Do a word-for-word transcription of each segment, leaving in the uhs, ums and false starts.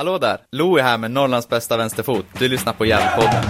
Hallå där, Louie här med Norrlands bästa vänsterfot. Du lyssnar på Gävlepodden.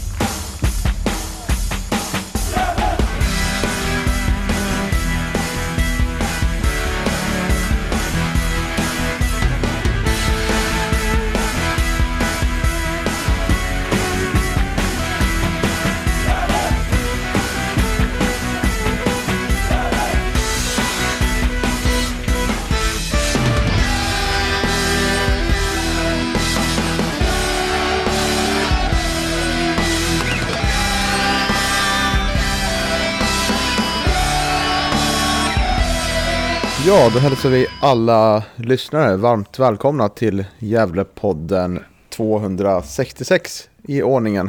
Ja, då hälsar vi alla lyssnare varmt välkomna till Gävlepodden tvåhundrasextiosex i ordningen.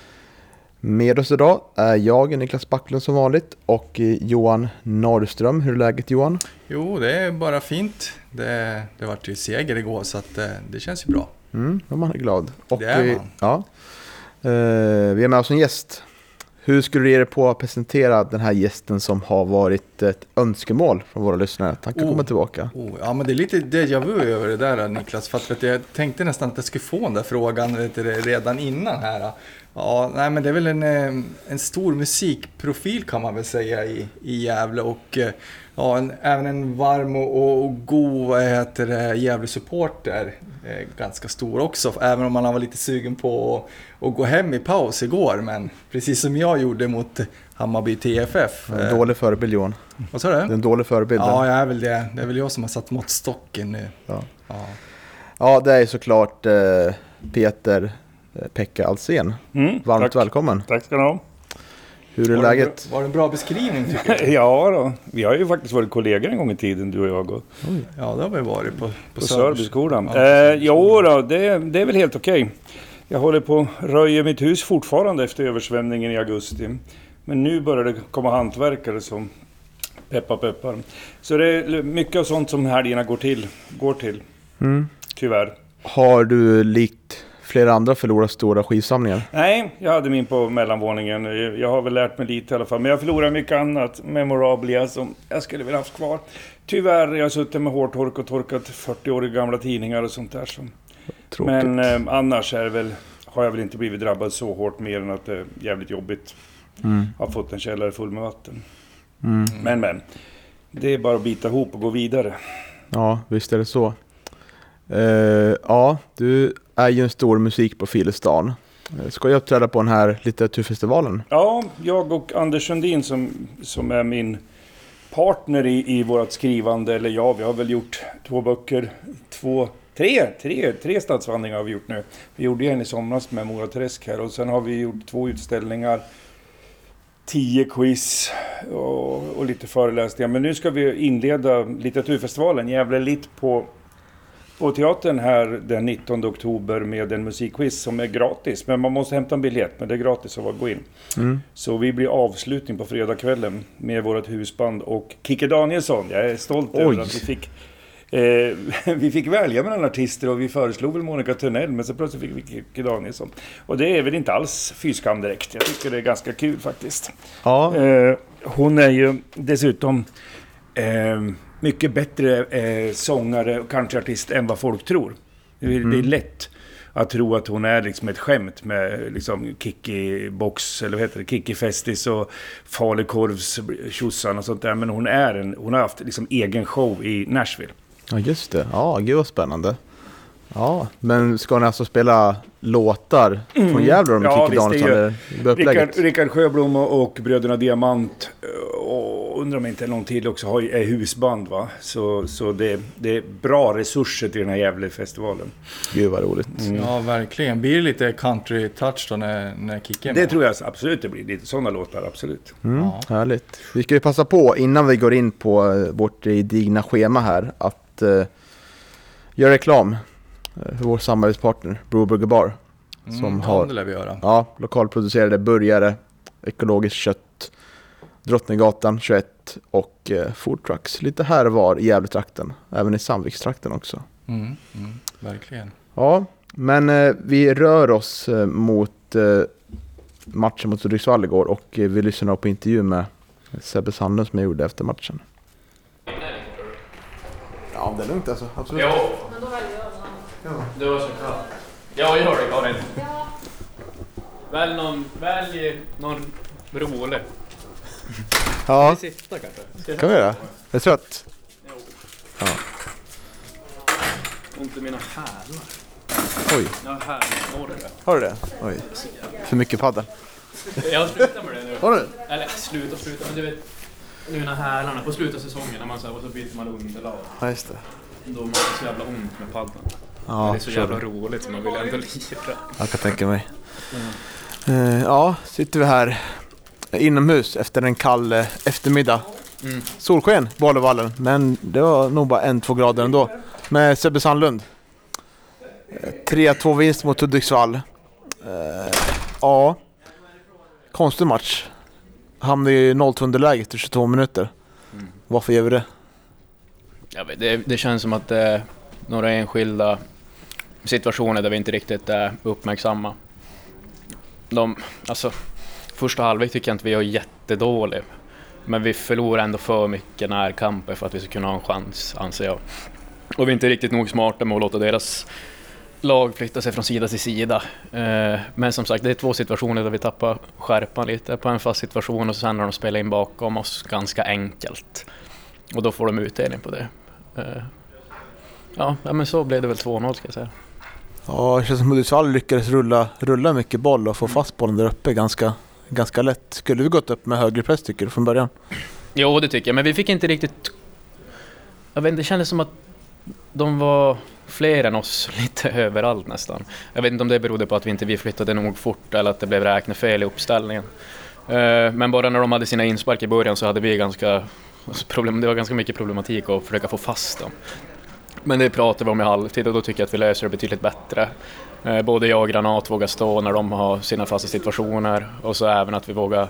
Med oss idag är jag, Niklas Backlund som vanligt, och Johan Norrström. Hur är läget, Johan? Jo, det är bara fint. Det, det var ju seger igår, så att det, det känns ju bra. Mm, man är glad. Och, det är man. Ja, eh, vi är med oss en gäst. Hur skulle du ge dig på att presentera den här gästen som har varit ett önskemål från våra lyssnare? Tack för att oh, komma tillbaka. Oh, ja, men det är lite déjà vu över det där, Niklas. För att, vet du, jag tänkte nästan att jag skulle få den där frågan vet du, redan innan här. Ja, nej, men det är väl en, en stor musikprofil kan man väl säga i, i Gävle. Och ja, en, även en varm och, och god vad heter det, Gävle-supporter. Ganska stor också, även om man var lite sugen på att, att gå hem i paus igår. Men precis som jag gjorde mot Hammarby T F F. En dålig förebild, Johan. Vad sa du? Det är en dålig förebild. Ja, jag är väl det. Det är väl jag som har satt måttstocken nu. Ja, ja. ja det är såklart eh, Peter eh, Pekka Alsen. Mm, Varmt tack. Välkommen. Tack ska ni ha. Hur är Var läget? Det, var det en bra beskrivning tycker du? Ja då, vi har ju faktiskt varit kollegor en gång i tiden, du och jag. Och Ja, det har vi varit på, på, på Sörbyskolan. Ja, eh, jo då, det, det är väl helt okej. Jag håller på att röja mitt hus fortfarande efter översvämningen i augusti. Men nu börjar det komma hantverkare som peppar peppar. Så det är mycket av sånt som helgerna går till. Går till. Mm. Tyvärr. Har du likt flera andra förlorat stora skivsamlingar? Nej, jag hade min på mellanvåningen. Jag har väl lärt mig lite i alla fall. Men jag förlorar mycket annat memorablia som jag skulle vilja haft kvar. Tyvärr, jag har suttit med hårtork och torkat fyrtio år gamla tidningar och sånt där. Som. Men eh, annars är det väl, har jag väl inte blivit drabbad så hårt mer än att det är jävligt jobbigt. Mm. Jag har fått en källare full med vatten. Mm. Men, men. Det är bara att bita ihop och gå vidare. Ja, visst är det så. Uh, ja, du är ju en stor musikprofil i stan. Ska jag uppträda på den här litteraturfestivalen? Ja, jag och Anders Sundin som, som är min partner i, i vårt skrivande. Eller ja, vi har väl gjort två böcker. Två, tre, tre, tre stadsvandringar har vi gjort nu. Vi gjorde en i somras med Mora Träsk här. Och sen har vi gjort två utställningar. Tio quiz och, och lite föreläsningar. Men nu ska vi inleda litteraturfestivalen Gävle Litt på... På teatern här den nittonde oktober med en musikquiz som är gratis. Men man måste hämta en biljett, men det är gratis att gå in. Mm. Så vi blir avslutning på fredagskvällen med vårt husband och Kicke Danielsson. Jag är stolt Oj. över att vi fick, eh, vi fick välja mellan artister och vi föreslog väl Monica Törnell. Men så plötsligt fick vi Kicke Danielsson. Och det är väl inte alls fyskam direkt. Jag tycker det är ganska kul faktiskt. Ja. Eh, hon är ju dessutom... Eh, mycket bättre eh, sångare och countryartist än vad folk tror. Det är, mm. det är lätt att tro att hon är liksom ett skämt med liksom Kikki Box eller vad heter det, Kikki Festis och Falukorvs tjossan och sånt där. Men hon är en, hon har haft liksom egen show i Nashville. Ja, just det. Ja, gud vad spännande. Ja, men ska ni alltså spela låtar från mm. Gävle med ja, Kicki Danielsson? Rickard, Rickard Sjöblom och, och bröderna Diamant och undrar om inte någon till också har, är husband va? Så, så det, det är bra resurser till den här Gävle-festivalen. Gud vad roligt. Mm. Ja, verkligen. Blir det lite country-touch då när, när Kicki är med? Det tror jag absolut det blir. Lite sådana låtar, absolut. Mm, ja. Härligt. Vi ska ju passa på innan vi går in på vårt digna schema här att uh, göra reklam för vår samarbetspartner Broburger Bar som mm, har det lär vi göra. Ja, lokalproducerade burgare, ekologiskt kött, Drottninggatan tjugoett och eh, food trucks. Lite här var i Gävletrakten, även i Sandvikstrakten också. Mm, mm, verkligen. Ja, men eh, vi rör oss eh, mot eh, matchen mot Hudiksvall igår och eh, vi lyssnar på intervju med Sebbe Sandlund som jag gjorde efter matchen. Ja, det är lugnt alltså. Absolut. Jo. Men då väljer jag Det var så kallt. Ja, gör det, Karin. Välj någon, välj någon rolig. Ja, Ska vi sitta kanske? Ska jag kan vi göra? Jag tror att... Jo. Ja. Ont i mina hälar. Oj, Jag har hälsmål. har du det? Oj, för mycket paddel. Jag har slutat med det nu. Har du? Eller sluta, sluta, men du vet, nu när hälarna på slutet av säsongen när man så här, och så byter man underlag. Ja, just det. Då har man så jävla ont med paddeln. Ja, det är så jävla roligt så man vill ändå lira. Jag kan tänka mig. Mm. Ja, sitter vi här inomhus efter en kall eh, eftermiddag. Mm. Solsken på Alevallen, men det var nog bara en, två grader ändå. Med Sebbe Sandlund. tre två vinst mot Hudiksvall. Eh, ja, konstig match. Hamnade i noll två underläge efter tjugotvå minuter. Mm. Varför gör vi det? Ja, det, det känns som att det är några enskilda situationer där vi inte riktigt är uppmärksamma. De, alltså, första halvlek tycker jag inte vi är jättedåliga. Men vi förlorar ändå för mycket närkamper för att vi ska kunna ha en chans, anser jag. Och vi är inte riktigt nog smarta med att låta deras lag flytta sig från sida till sida. Eh, men som sagt, det är två situationer där vi tappar skärpan lite på en fast situation och sen har de spelat in bakom oss ganska enkelt. Och då får de utdelning på det. Eh, ja, men så blev det väl två noll ska jag säga. Ja, det känns som Hudiksvall lyckades rulla, rulla mycket boll och få fast bollen där uppe ganska, ganska lätt. Skulle vi gått upp med högre press tycker du från början? Jo, det tycker jag, men vi fick inte riktigt... Jag vet inte, det kändes som att de var fler än oss lite överallt nästan. Jag vet inte om det berodde på att vi inte vi flyttade nog fort eller att det blev räknefel i uppställningen. Men bara när de hade sina inspark i början så hade vi ganska problem, det var ganska mycket problematik att försöka få fast dem. Men det pratar vi om i halvtid och då tycker jag att vi löser det betydligt bättre. Både jag och Granat vågar stå när de har sina fasta situationer och så även att vi vågar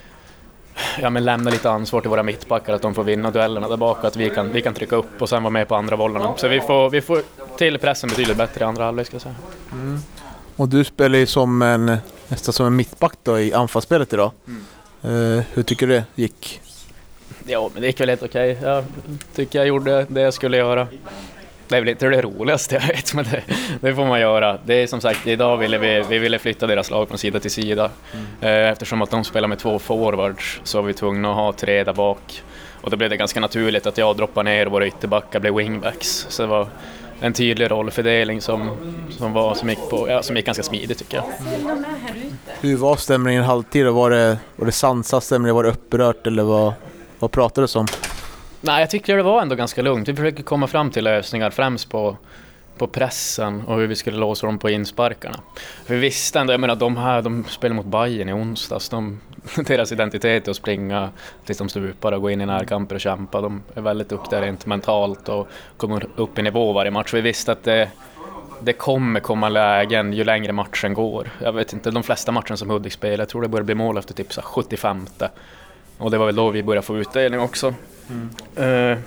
ja, men lämna lite ansvar till våra mittbackar att de får vinna duellerna där bak och att vi kan, vi kan trycka upp och sen vara med på andra bollarna. Så vi får, vi får till pressen betydligt bättre i andra halvlek ska jag säga. Mm. Och du spelar ju som en, nästan som en mittback då i anfallsspelet idag. Mm. Uh, hur tycker du det gick? Ja, men det gick väl helt okej. Jag tycker jag gjorde det jag skulle göra. Det är väl inte det roligaste jag vet, men det, det får man göra. Det är som sagt, idag ville vi, vi ville flytta deras lag från sida till sida. Mm. Eftersom att de spelar med två forwards så var vi tvungna att ha tre där bak. Och då blev det ganska naturligt att jag droppade ner och våra ytterbackar blev wingbacks. Så det var en tydlig rollfördelning som, som, var, som, gick, på, ja, som gick ganska smidigt tycker jag. Mm. Hur var stämningen i halvtid? Var det, var det sansad stämning? Var det upprört eller vad, vad pratade du om? Nej, jag tycker det var ändå ganska lugnt. Vi försöker komma fram till lösningar främst på, på pressen och hur vi skulle låsa dem på insparkarna. För vi visste ändå, jag menar de här, de spelar mot Bayern i onsdags. De, deras identitet är att springa tills de stupar och gå in i närkamper och kämpa. De är väldigt duktiga rent mentalt och kommer upp i nivå varje match. Vi visste att det, det kommer komma lägen ju längre matchen går. Jag vet inte, de flesta matchen som Hudik spelar, jag tror det börjar bli mål efter typ så sjuttiofem. Och det var väl då vi började få utdelning också. Mm. Uh,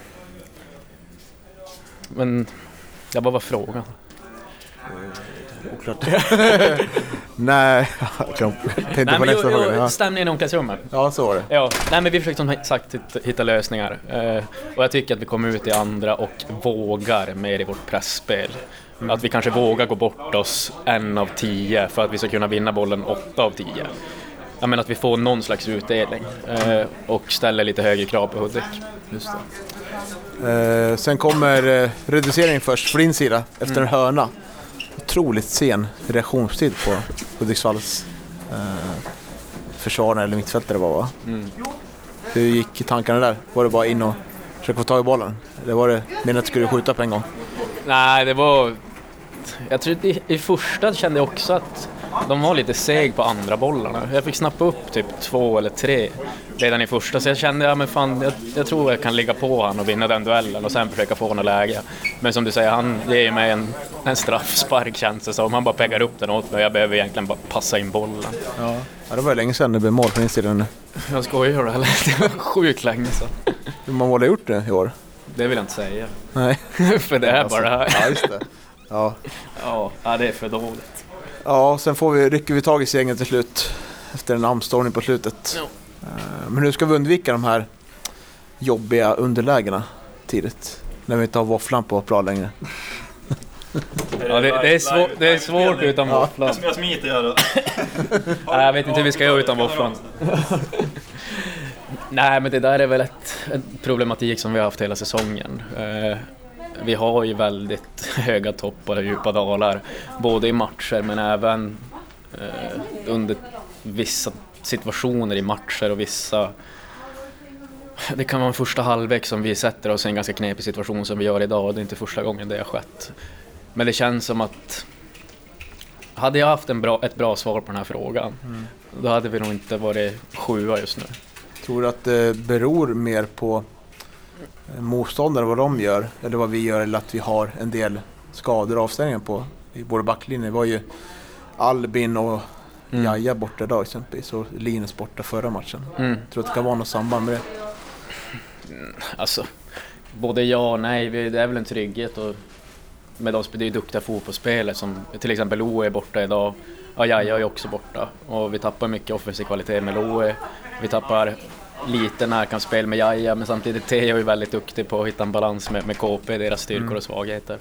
men jag bara var frågan. Oklart. Nej, jag tänkte nej, på nästa fråga. Ja. Stämningen i omklädningsrummet. Ja, så var det. Ja, nej, men vi försökte som sagt hitta lösningar. Uh, och jag tycker att vi kom ut i andra och vågar mer i vårt pressspel. Mm. Att vi kanske vågar gå bort oss en av tio för att vi ska kunna vinna bollen åtta av tio. Jag menar att vi får någon slags utdelning eh, och ställer lite högre krav på Hudik. Just det. Eh, sen kommer eh, reducering först för din sida efter mm. en hörna. Otroligt sen reaktionstid på Hudiksvalls eh, försvarare eller mittfältare var va? Mm. Hur gick tankarna där? Var det bara in och försöka få tag i bollen? Eller var det meningen att du skulle skjuta på en gång? Nej, det var... Jag tror i, i första kände jag också att de var lite seg på andra bollarna. Jag fick snappa upp typ två eller tre redan i första. Så jag kände, ja men fan, jag, jag tror jag kan ligga på han och vinna den duellen och sen försöka få honom läge. Men som du säger, han ger ju mig en, en straffspark känns det som. Han bara peggar upp den åt mig och jag behöver egentligen bara passa in bollen. Ja, ja det var länge sedan det blev mål på insidan nu. Jag skojar det, det var sjukt länge sedan. Hur många mål har gjort det i år? Det vill jag inte säga. Nej. För det är alltså, bara... Ja, just det. Ja. Ja, det är för dåligt. Ja, sen får vi, rycker vi tag i gänget till slut efter en anstormning på slutet. Ja. Men nu ska vi undvika de här jobbiga underlägena tidigt när vi inte har våfflan på plan längre. Ja, det, det, är, svår, det är svårt utan våfflan. Som jag smiter jag då. Nej, jag vet inte hur vi ska göra utan våfflan. Nej, men det där är väl ett, en problematik som vi har haft hela säsongen. Eh, vi har ju väldigt höga toppar och djupa dalar, både i matcher men även eh, under vissa situationer i matcher och vissa... Det kan vara en första halvlek som vi sätter oss i en ganska knepig situation som vi gör idag, och det är inte första gången det har skett. Men det känns som att hade jag haft en bra, ett bra svar på den här frågan, mm. då hade vi nog inte varit sjua just nu. Tror du att det beror mer på motståndare vad de gör, eller vad vi gör, eller att vi har en del skador och avstängningar på i vår backlinje? Det var ju Albin och mm. Jaja borta idag exempelvis, och Linus borta förra matchen. Mm. Tror du att det kan vara något samband med det? Alltså, både ja och nej. Det är väl en trygghet, och med de spelar ju duktiga fotbollsspelare som till exempel Loe är borta idag. Ja, Jaja är också borta, och vi tappar mycket offensiv kvalitet med Loe. Vi tappar lite närkampsspel med Jaja, men samtidigt Theo är väldigt duktig på att hitta en balans med, med K P, deras styrkor mm. och svagheter.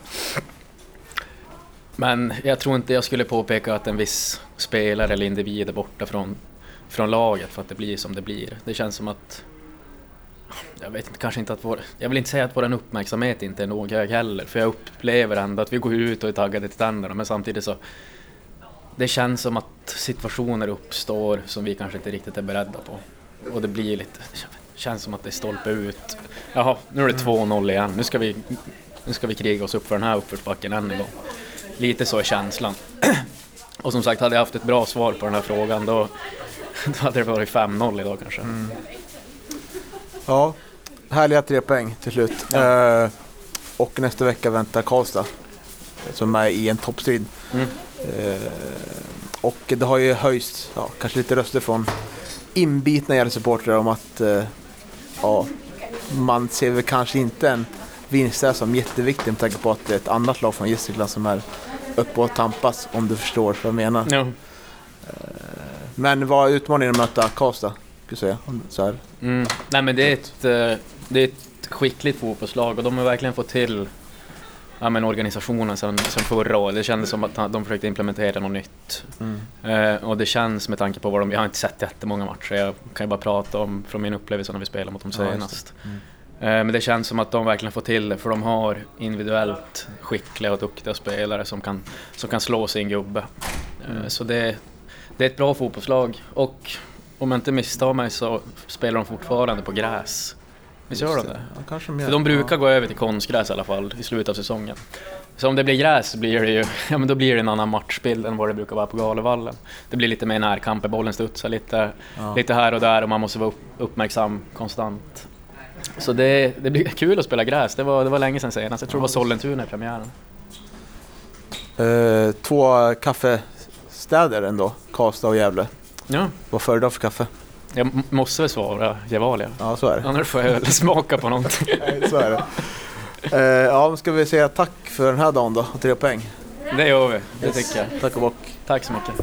Men jag tror inte jag skulle påpeka att en viss spelare eller individ är borta från, från laget för att det blir som det blir. Det känns som att jag vet inte, kanske inte att vår, jag vill inte säga att vår uppmärksamhet inte är nog hög heller, för jag upplever ändå att vi går ut och är taggade till tänderna, men samtidigt så det känns som att situationer uppstår som vi kanske inte riktigt är beredda på, och det blir lite, det känns som att det stolpar ut. Jaha, nu är det två noll igen, nu ska vi nu ska vi kriga oss upp för den här uppförsbacken än en gång. Lite så är känslan. Och som sagt, hade jag haft ett bra svar på den här frågan, då, då hade det varit fem noll idag kanske. Mm. Ja, härliga tre poäng till slut. Ja. Eh, och nästa vecka väntar Karlstad som är i en toppstrid. Mm. Eh, och det har ju höjst ja, kanske lite röster från inbitna hjälpsupportrar om att eh, ja, man ser väl kanske inte en vinst där som jätteviktig med tanke på att det är ett annat lag från Gästrikland som är uppe och tampas, om du förstår vad jag menar. Ja. Eh, men vad är utmaningen att möta Karlstad? Säga, så här. Mm. Nej, men det är ett det är ett skickligt fotbollslag, och de har verkligen fått till ja, men organisationen sen, sen förra året. Det kändes som att de försökte implementera något nytt. Mm. Eh, och det känns med tanke på vad de, jag har inte sett jättemånga matcher, jag kan ju bara prata om från min upplevelse när vi spelade mot dem senast. Ja, mm. eh, men det känns som att de verkligen får till det, för de har individuellt skickliga och duktiga spelare som kan, som kan slå sin gubbe. Mm. Eh, så det, det är ett bra fotbollslag, och om jag inte misstar mig så spelar de fortfarande på gräs. Visst gör de det? Ja, kanske mer. För de brukar ja. gå över till konstgräs i alla fall i slutet av säsongen. Så om det blir gräs så blir det ju, ja, men då blir det en annan matchbild än vad det brukar vara på Galevallen. Det blir lite mer närkamper, bollen studsar lite, ja. lite här och där, och man måste vara uppmärksam konstant. Så det, det blir kul att spela gräs. Det var, det var länge sedan senast. Jag tror det var Sollentuna i premiären. Uh, två kaffestäder ändå, Karlstad och Gävle. Ja. Vad föredrar för kaffe? Jag m- måste väl svara Gevalia. Ja, så är det. Annars får jag väl smaka på någonting. Nej, så är det. Uh, ja, ska vi säga tack för den här dagen då, och tre poäng. Det gör vi, det yes. tycker jag. Tack och bock. Tack så mycket.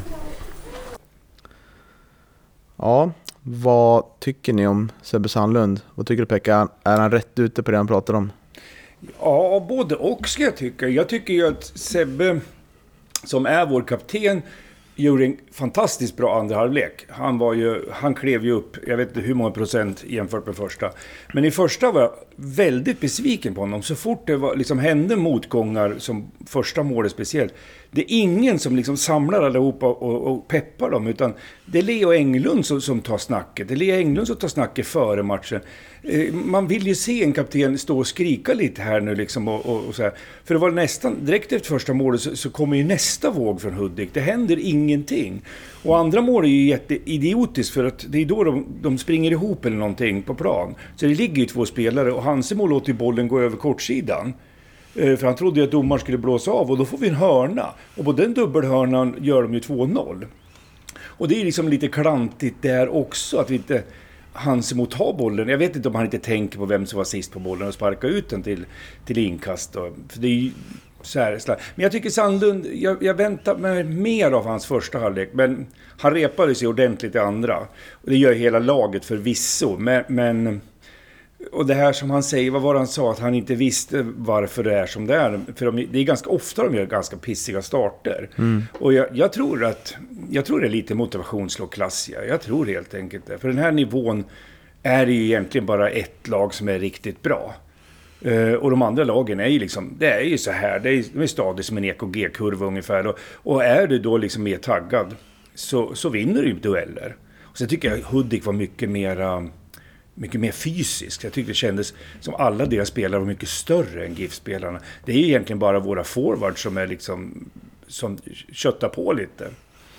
Ja, vad tycker ni om Sebbe Sandlund? Vad tycker du, Pekka? Är han rätt ute på det han pratar om? Ja, både och ska jag tycka. Jag tycker ju att Sebbe, som är vår kapten, gjorde en fantastiskt bra andra halvlek. Han var ju, han klev ju upp, jag vet inte hur många procent jämfört med första. Men i första var jag väldigt besviken på honom. Så fort det var, liksom, hände motgångar, som första målet speciellt. Det är ingen som liksom samlar allihopa och, och peppar dem, utan det är Leo Englund som, som tar snacket. Det är Leo Englund som tar snacket före matchen. Eh, man vill ju se en kapten stå och skrika lite här nu liksom, och, och, och så här. För det var nästan, direkt efter första målet så, så kommer ju nästa våg från Hudik. Det händer ingenting. Och andra mål är ju jätteidiotiskt, för att det är då de, de springer ihop eller någonting på plan. Så det ligger ju två spelare, och Hansemo låter bollen gå över kortsidan. För han trodde ju att domaren skulle blåsa av, och då får vi en hörna. Och på den dubbelhörnan gör de ju två noll. Och det är liksom lite klantigt där också, att vi inte Hansemo tar bollen. Jag vet inte om han inte tänker på vem som var sist på bollen och sparkar ut den till, till inkast. Då. För det är ju så här. Men jag tycker Sandlund, jag, jag väntar mig mer av hans första halvlek. Men han repade sig ordentligt i andra. Och det gör hela laget förvisso. Men... men och det här som han säger, vad var det han sa? Att han inte visste varför det är som det är. För de, det är ganska ofta de gör ganska pissiga starter. Mm. Och jag, jag tror att jag tror det är lite motivationsslåklass. Jag, jag tror helt enkelt det. För den här nivån är det ju egentligen bara ett lag som är riktigt bra. Uh, och de andra lagen är ju liksom, det är ju så här, det är, de är stadigt som en E K G-kurva ungefär. Och, och är du då liksom mer taggad så, så vinner du ju dueller. Och så tycker jag Hudik var mycket mer, mycket mer fysisk. Jag tyckte det kändes som alla deras spelare var mycket större än G I F-spelarna. Det är ju egentligen bara våra forwards som är liksom, som köttar på lite.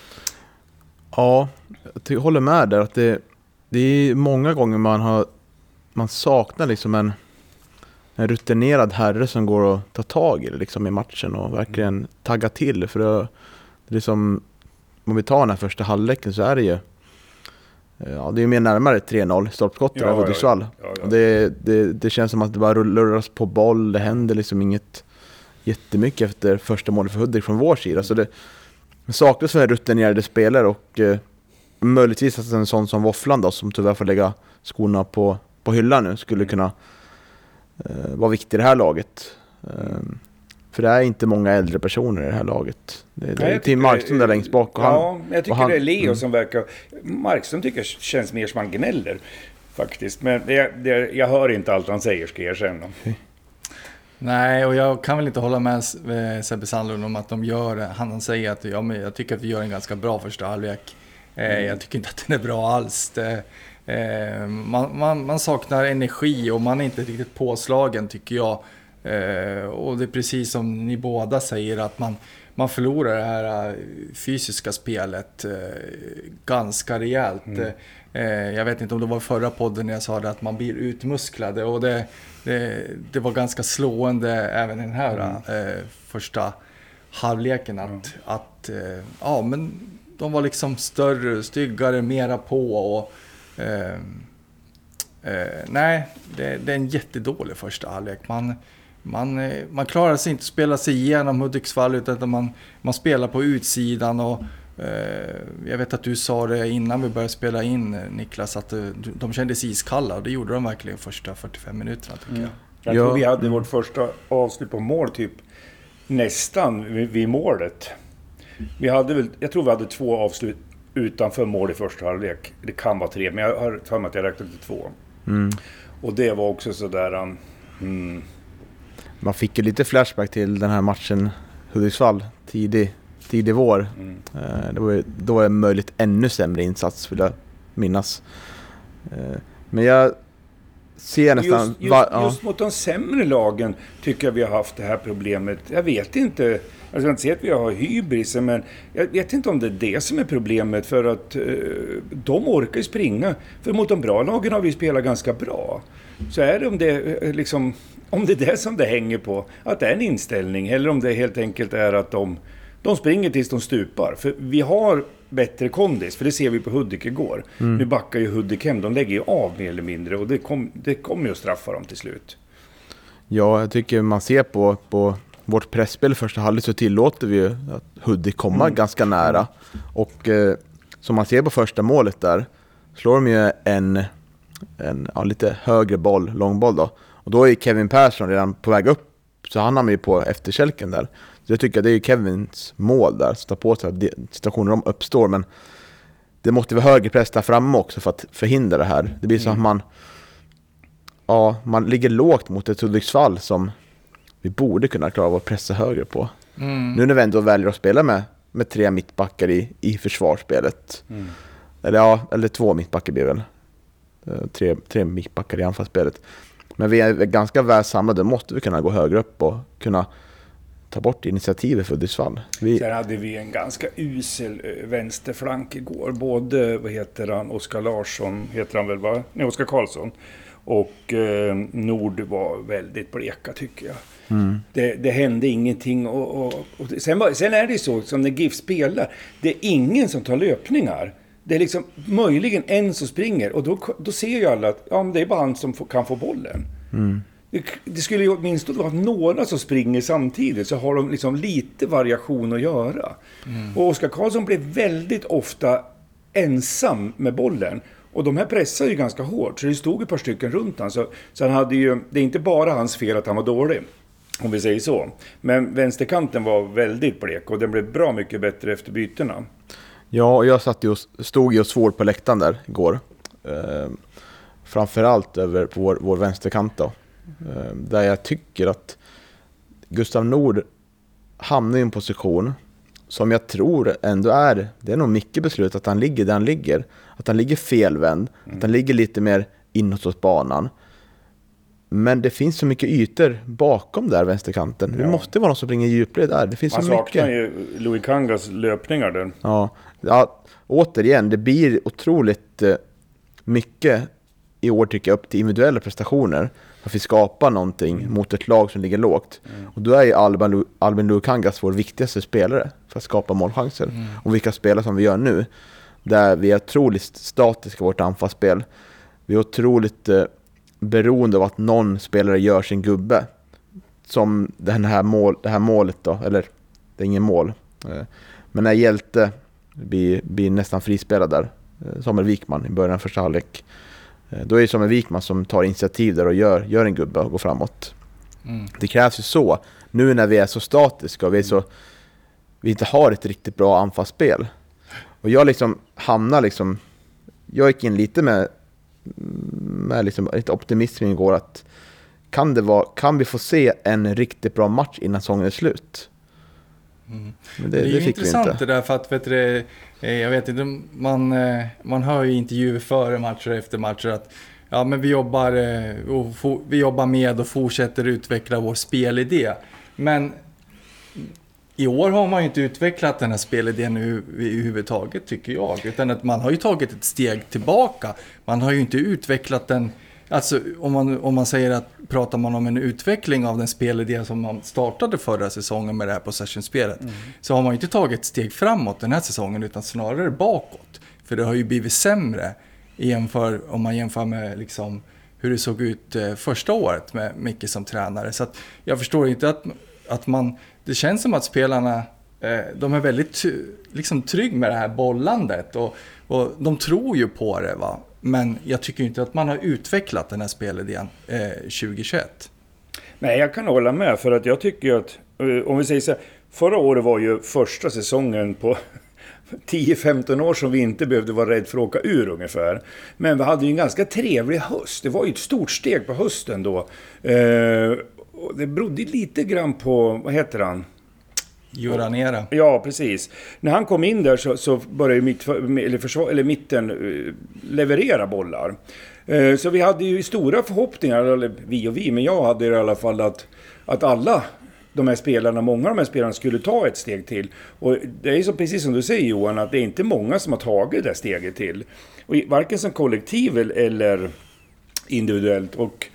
Ja, jag håller med där att det, det är många gånger man har man saknar liksom en en rutinerad herre som går och tar tag i det liksom i matchen och verkligen tagga till. För det, det är som, om vi tar den här första halvleken så är det ju ja, det är mer närmare tre noll stolpskottet av Hudiksvall. Ja, ja, ja. Och det, det, det känns som att det bara rullas på boll, det händer liksom inget jättemycket efter första målet för Hudik från vår sida. Så det, det saknas för rutinerade spelare och eh, möjligtvis att en sån som Våfflan då, som tyvärr får lägga skorna på, på hyllan nu, skulle kunna Uh, var viktigt i det här laget. Uh, för det är inte många äldre personer i det här laget. Det, det är Tim Markström där längst bak. Och ja, han, jag tycker han, det är Leo mm. som verkar... Markström tycker jag känns mer som han gnäller faktiskt. Men det, det, jag hör inte allt han säger, ska jag erkänna. Okay. Nej, och jag kan väl inte hålla med Sebbe Sandlund om att de gör... Han säger att ja, men jag tycker att vi gör en ganska bra första halvlek. Mm. Jag tycker inte att den är bra alls. Det, Eh, man, man, man saknar energi och man är inte riktigt påslagen, tycker jag. Eh, och det är precis som ni båda säger, att man, man förlorar det här fysiska spelet eh, ganska rejält. Mm. Eh, jag vet inte om det var förra podden när jag sa det, att man blir utmusklade, och det, det, det var ganska slående även i den här mm. eh, första halvleken att, mm. att eh, ja, men de var liksom större, styggare, mera på och Uh, uh, nej, det, det är en jättedålig första halvlek. Man, man, uh, man klarar sig inte att spela sig igenom Hudiksvall, utan man, man spelar på utsidan. Och, uh, jag vet att du sa det innan vi började spela in, Niklas, att uh, de kändes iskalla, och det gjorde de verkligen första fyrtiofem minuterna, tycker mm. jag. Jag tror vi hade vårt första avslut på mål typ nästan vid, vid målet. Vi hade väl, jag tror vi hade två avslut utanför mål i första halvlek. Det kan vara tre, men jag har för mig att jag räknade till två. Mm. Och det var också sådär... Mm. Man fick ju lite flashback till den här matchen Hudiksvall tidig, tidig vår. Mm. Uh, det var, då var det möjligt ännu sämre insats, vill jag minnas. Uh, men jag ser nästan... Just, just, va, ja. just mot de sämre lagen tycker jag vi har haft det här problemet. Jag vet inte... Jag ska inte säga att vi har hybris, men jag vet inte om det är det som är problemet, för att eh, de orkar ju springa. För mot de bra lagen har vi spelat ganska bra. Så är det om det, eh, liksom, om det är det som det hänger på, att det är en inställning, eller om det helt enkelt är att de, de springer tills de stupar. För vi har bättre kondis, för det ser vi på Hudik igår. Mm. Nu backar ju Hudik hem, de lägger ju av mer eller mindre, och det, kom, det kommer ju att straffa dem till slut. Ja, jag tycker man ser på... på vårt pressspel i första halvlek, så tillåter vi ju att Hudik komma mm. ganska nära. Och eh, som man ser på första målet där, slår de ju en, en ja, lite högre boll, långboll då. Och då är Kevin Persson redan på väg upp, så han har ju på efterkälken där. Så jag tycker att det är Kevins mål där, så tar på sig att situationer de uppstår. Men det måste vara högre press där framme också för att förhindra det här. Det blir så mm. att man, ja, man ligger lågt mot ett Hudiksvall som vi borde kunna klara av att pressa högre på. Mm. Nu när vi ändå väljer att spela med, med tre mittbackar i, i försvarsspelet. Mm. Eller ja, eller två mittbackar blir väl. Tre, tre mittbackar i anfallsspelet. Men vi är ganska väl samlade, måste vi kunna gå högre upp och kunna ta bort initiativet för Hudiksvall. Vi... Sen hade vi en ganska usel vänsterflank igår. Både, vad heter han, Oskar Larsson, heter han väl va? Nej, Oskar Karlsson. Och eh, Nord var väldigt bleka, tycker jag. Mm. Det, det hände ingenting. Och, och, och sen, var, sen är det så, som när G I F spelar, det är ingen som tar löpningar. Det är liksom möjligen en som springer. Och då, då ser ju alla att ja, det är bara han som får, kan få bollen. Mm. Det, det skulle ju åtminstone vara några som springer samtidigt, så har de liksom lite variation att göra. Mm. Och Oskar Karlsson blev väldigt ofta ensam med bollen. Och de här pressar ju ganska hårt, så det stod ett par stycken runt han. Så, så han hade ju, det är inte bara hans fel att han var dålig, om vi säger så. Men vänsterkanten var väldigt blek och den blev bra mycket bättre efter bytena. Ja, jag satt ju och, stod ju och svår på läktaren där igår. Eh, framförallt över på vår, vår vänsterkant då. Eh, där jag tycker att Gustav Nord hamnar i en position som jag tror ändå är, det är nog mycket beslut att han ligger där han ligger. Att han ligger felvänd, mm. att han ligger lite mer inåt åt banan. Men det finns så mycket ytor bakom där vänsterkanten. Ja. Det måste vara någon som springer djupled där. Det finns Man så mycket. saknar ju Louis Kangas löpningar där. Ja. ja, återigen, det blir otroligt mycket i år tycker jag upp till individuella prestationer. Att vi skapar någonting mm. mot ett lag som ligger lågt. Mm. Och då är ju Albin, Albin Louis Kangas vår viktigaste spelare för att skapa målchanser. Mm. Och vilka spelare som vi gör nu. Där vi är otroligt statiska i vårt anfallsspel. Vi är otroligt eh, beroende av att någon spelare gör sin gubbe. Som den här mål, det här målet då. Eller, det är ingen mål. Eh, men när Hjälte blir, blir nästan frispelad där. Eh, Samuel Wikman i början av första halvlek. Eh, då är det Samuel Wikman som tar initiativ där och gör, gör en gubbe och går framåt. Mm. Det krävs ju så. Nu när vi är så statiska och vi, är så, vi inte har ett riktigt bra anfallsspel. Och jag liksom hamnar liksom... Jag gick in lite med, med liksom lite optimism igår att kan, det vara, kan vi få se en riktigt bra match innan säsongen är slut? Mm. Men det, det är det fick intressant vi inte. Det där för att vet du, jag vet inte, man, man hör ju intervjuer före matcher och efter matcher att ja, men vi jobbar, och for, vi jobbar med och fortsätter utveckla vår spelidé. Men i år har man ju inte utvecklat den här spelidén överhuvudtaget tycker jag. Utan att man har ju tagit ett steg tillbaka. Man har ju inte utvecklat den. Alltså om man, om man säger att pratar man om en utveckling av den spelidén som man startade förra säsongen med det här possession-spelet. Mm. Så har man ju inte tagit ett steg framåt den här säsongen utan snarare bakåt. För det har ju blivit sämre jämför, om man jämför med liksom hur det såg ut eh, första året med Micke som tränare. Så att jag förstår inte att, att man... Det känns som att spelarna eh, de är väldigt liksom, trygg med det här bollandet och, och de tror ju på det va. Men jag tycker inte att man har utvecklat den här spelidén eh, tjugohundratjugoett. Nej, jag kan hålla med för att jag tycker att om vi säger så här, förra året var ju första säsongen på tio femton år som vi inte behövde vara rädd för att åka ur ungefär. Men vi hade ju en ganska trevlig höst. Det var ju ett stort steg på hösten då. Eh, och det berodde lite grann på, vad heter han? Joranera. Ja, precis. När han kom in där så, så började mitt, eller, försvar, eller mitten uh, leverera bollar. Uh, så vi hade ju stora förhoppningar, eller vi och vi, men jag hade i alla fall att, att alla de här spelarna, många av de här spelarna skulle ta ett steg till. Och det är så precis som du säger Johan, att det är inte många som har tagit det steget till. Och varken som kollektiv eller individuellt. Och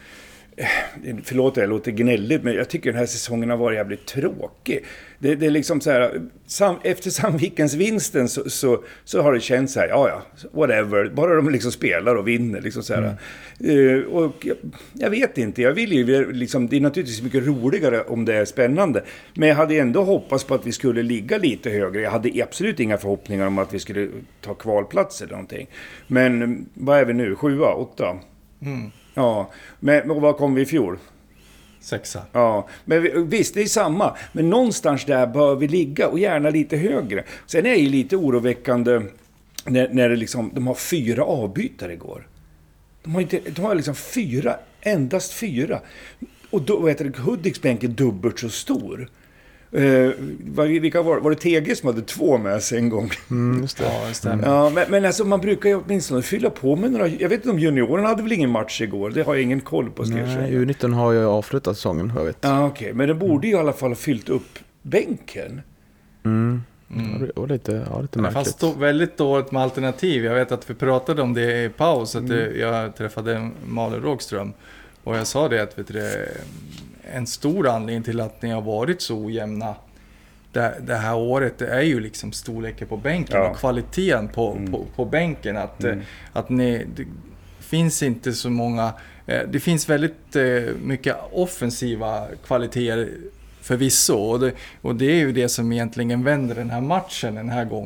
förlåt, det låter gnälligt, men jag tycker den här säsongen har varit jävligt tråkig. Det, det är liksom så här, sam, efter Sandvikens vinsten så, så, så har det känts så här, ja ja, whatever, bara de liksom spelar och vinner liksom så här. Mm. Uh, och jag, jag vet inte, jag vill ju liksom, det är naturligtvis mycket roligare om det är spännande, men jag hade ändå hoppats på att vi skulle ligga lite högre. Jag hade absolut inga förhoppningar om att vi skulle ta kvalplats eller någonting. Men vad är vi nu? Sjua, åtta? Mm. Ja, men, men vad kom vi i fjol? Sexa. Ja, men visst, det är samma. Men någonstans där bör vi ligga och gärna lite högre. Sen är det ju lite oroväckande när, när det liksom, de har fyra avbytare igår. De har, inte, de har liksom fyra, endast fyra. Och då, vad heter det, Hudiksbänk är dubbelt så stor. Uh, vilka var, var det T G som hade två med sig en gång? Mm, just det. Ja, det stämmer. Ja, men, men alltså man brukar ju åtminstone fylla på med några. Jag vet inte om juniorerna hade väl ingen match igår. Det har jag ingen koll på. Nej, U nitton har ju avslutat säsongen, jag vet. Ja, okej. Okay. Men det borde ju i alla fall ha fyllt upp bänken. Mm. Mm. Ja, det var lite, ja, lite märkligt. Fast då, väldigt dåligt med alternativ. Jag vet att vi pratade om det i paus. Att det, jag träffade Malin Rågström. Och jag sa det att vet du, en stor anledning till att ni har varit så ojämna det, det här året, det är ju liksom storleken på bänken, ja, och kvaliteten på, mm. på, på bänken. Att, mm. att ni, det finns inte så många, det finns väldigt mycket offensiva kvaliteter förvisso. Och det, och det är ju det som egentligen vänder den här matchen den här gången.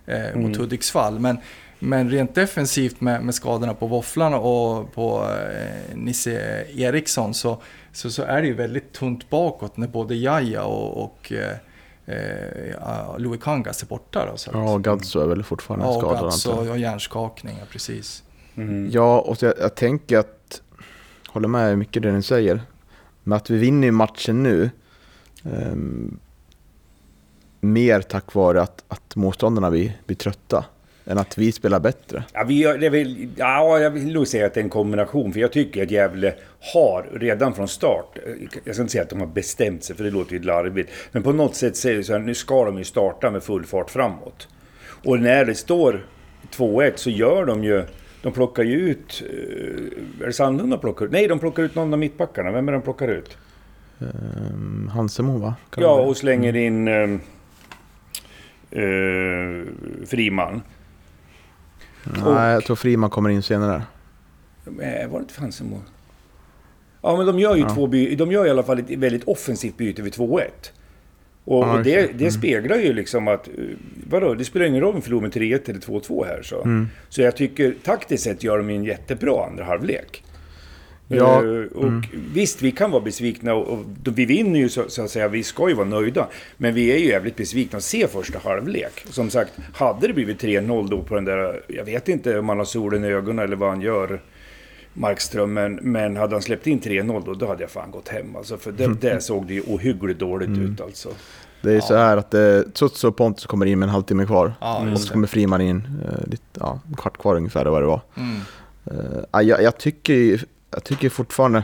eh, Mm. mot Hudiksvall. Men, men rent defensivt med, med skadorna på Våfflan och på eh, Nisse Eriksson så, så, så är det ju väldigt tunt bakåt när både Jaja och, och eh, eh, Louis Kangas är borta. Då, så att, Ja, Gadzo är väl fortfarande ja, skadad. Gadzo antar jag. och hjärnskakningar, precis. Mm. Ja, och så jag, jag tänker att, håller med mycket det ni säger, men att vi vinner ju matchen nu um, mer tack vare att, att motståndarna blir, blir trötta än att vi spelar bättre. Ja, vi, gör- det vill, ja, jag vill nog säga att det är en kombination. För jag tycker att Gävle har redan från start, jag ska inte säga att de har bestämt sig för det låter ju larvigt, men på något sätt säger det så här, nu ska de ju starta med full fart framåt. Och när det står två ett så gör de ju, de plockar ju ut, är det Sandlund de plockar ut? Nej, de plockar ut någon av mittbackarna. Vem är de plockar ut? Um, Hansemo, va? Kan Ja, det- och slänger in uh, uh, Friman. Nej, jag tror Friman kommer in senare. Eh, var det inte fanns en mål? Ja, men de gör ju Ja. två by- de gör i alla fall ett väldigt offensivt byte vid två ett. Och, Ja, och det, just det. det Mm. speglar ju liksom att eh, vadå, det spelar ingen roll om vi förlorar med tre ett eller två två här så. Mm. Så jag tycker taktiskt sett gör de en jättebra andra halvlek. Ja, Eh, och mm. visst, vi kan vara besvikna och, och då, vi vinner ju så, så att säga, vi ska ju vara nöjda. Men vi är ju jävligt besvikna att se första halvlek. Som sagt, hade det blivit tre noll då på den där, jag vet inte om han har solen i ögonen eller vad han gör, Markström, men, men hade han släppt in tre noll då, då hade jag fan gått hem. Alltså, för det, det såg det ju ohyggligt dåligt Mm. ut alltså. Det är så här att eh, Tsutsu och Pontus kommer in med en halvtimme kvar. Ja, Och just så det. kommer Friman in eh, lite, ja, en kvart kvar ungefär, vad det var. Mm. Uh, jag, jag, tycker, ju- jag tycker fortfarande...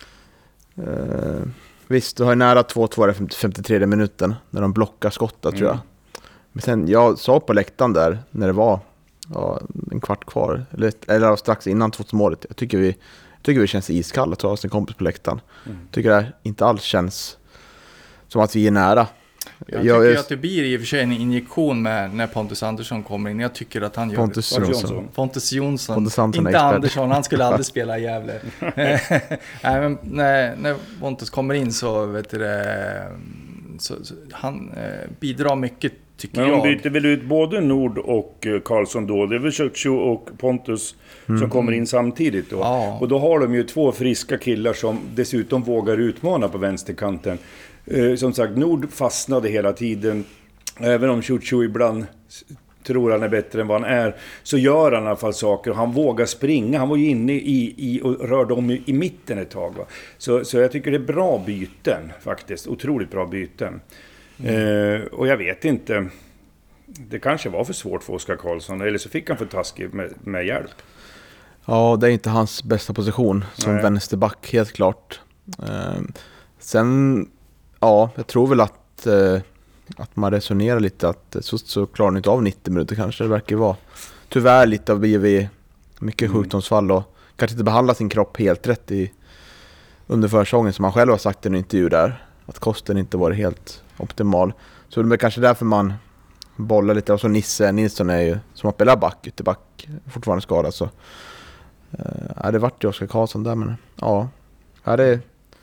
Uh, visst, du har ju nära två två i femtiotredje minuten när de blockar skottet, tror jag. Mm. Men sen, jag sa på läktaren där när det var ja, en kvart kvar, eller, eller strax innan två målet. Jag tycker vi, jag tycker vi känns iskalla, tror jag, sin kompis på läktaren. Mm. Jag tycker det inte alls känns som att vi är nära. Jag Jag tycker är- att det blir i och för sig en injektion med när Pontus Andersson kommer in. Jag tycker att han gör Pontus det. Jonsson. Pontus Jonsson. Pontus Andersson är Inte expert. Andersson, han skulle aldrig spela i Gävle. Nej, men när, när Pontus kommer in så vet du det, så, så, han eh, bidrar mycket, tycker Men de jag. byter väl ut både Nord och eh, Karlsson då. Det är väl Chuchu och Pontus som kommer in samtidigt då. Ja. Och då har de ju två friska killar som dessutom vågar utmana på vänsterkanten. Eh, som sagt, Nord fastnade hela tiden. Även om Chuchu ibland s- tror han är bättre än vad han är, så gör han i alla fall saker. Han vågar springa. Han var ju inne i, i och rörde om i, i mitten ett tag. Va? Så, så jag tycker det är bra byten faktiskt. Otroligt bra byten. Eh, och jag vet inte. Det kanske var för svårt för Oskar Karlsson. Eller så fick han för taskigt med, med hjälp. Ja, det är inte hans bästa position som Nej. vänsterback, helt klart. Ehm, sen, ja, jag tror väl att, eh, att man resonerar lite att så, så klarar han inte av nittio minuter kanske. Det verkar ju vara tyvärr lite av B V, mycket Mm. sjukdomsfall och kanske inte behandla sin kropp helt rätt i, under försäsongen, som han själv har sagt i en intervju där. Att kosten inte var helt optimal. Så det är kanske därför man bollar lite. Och så Nisse Nilsson är ju, som har spelat back, ytterback, fortfarande skadad. Så uh, ja, det vart ju Oskar Karlsson där, men ja, ja det är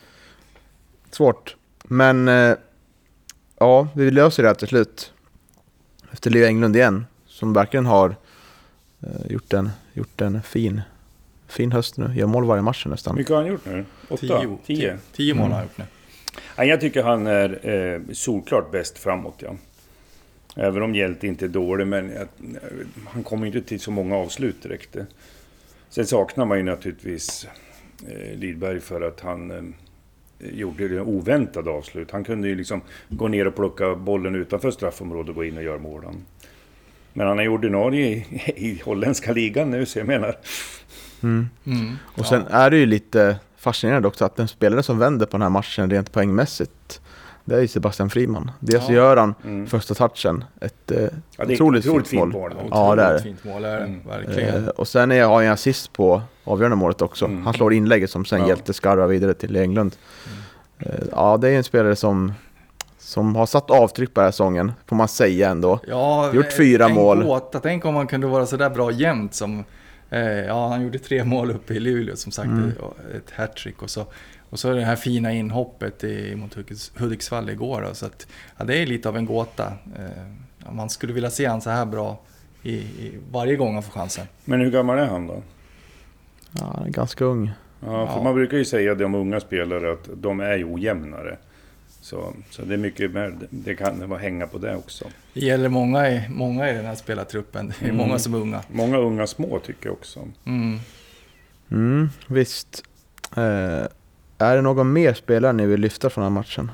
svårt. Men uh, ja, vi löser det här till slut. Efter Leo Englund igen, som verkligen har uh, gjort, en, gjort en fin, fin höst nu. Gör mål varje match nästan. Hur mycket har han gjort nu? Åtta? Tio, tio, tio mål har han gjort nu. Ja, jag tycker han är eh, solklart bäst framåt, ja. Även om Hjälte inte är dålig, men jag, han kommer inte till så många avslut direkt. Sen saknar man ju naturligtvis eh, Lidberg för att han eh, gjorde det oväntade avslut. Han kunde ju liksom gå ner och plocka bollen utanför straffområdet och gå in och göra mål. Men han är ju ordinarie i, i holländska ligan nu, så jag menar. Mm. Mm. Och sen är det ju lite fascinerande också att den spelare som vänder på den här matchen rent poängmässigt, det är ju Sebastian Friman. Dels Ja. gör han Mm. första touchen ett eh, Ja, det är ett otroligt, otroligt fint fint mål. mål. Ja, det är det. Fint mål är det, Mm. verkligen. Eh, och sen är, har han en assist på avgörande målet också. Mm. Han slår inlägget som sen Ja. hjälpte Skarva vidare till Englund. Eh, ja, det är en spelare som, som har satt avtryck på den här säsongen, får man säga ändå. Ja, Gjort fyra en mål. Gåta. Tänk om man kunde vara så där bra jämnt som... Eh, ja, han gjorde tre mål uppe i Luleå, som sagt, Mm. ett hattrick. Och så, och så det här fina inhoppet i, mot Hudiks- Hudiksvall igår. Då, så att, ja, det är lite av en gåta. Eh, man skulle vilja se han så här bra i, i varje gång han får chansen. Men hur gammal är han då? Ja, han är ganska ung. Ja, för Ja. man brukar ju säga det om unga spelare att de är ju ojämnare. Så, så det är mycket mer, det kan vara hänga på det också. Det gäller många i, många i den här spelartruppen. Det är Mm. många som är unga. Många unga små tycker jag också. Mm. Mm, visst. Eh, är det någon mer spelare ni vill lyfta från den här matchen?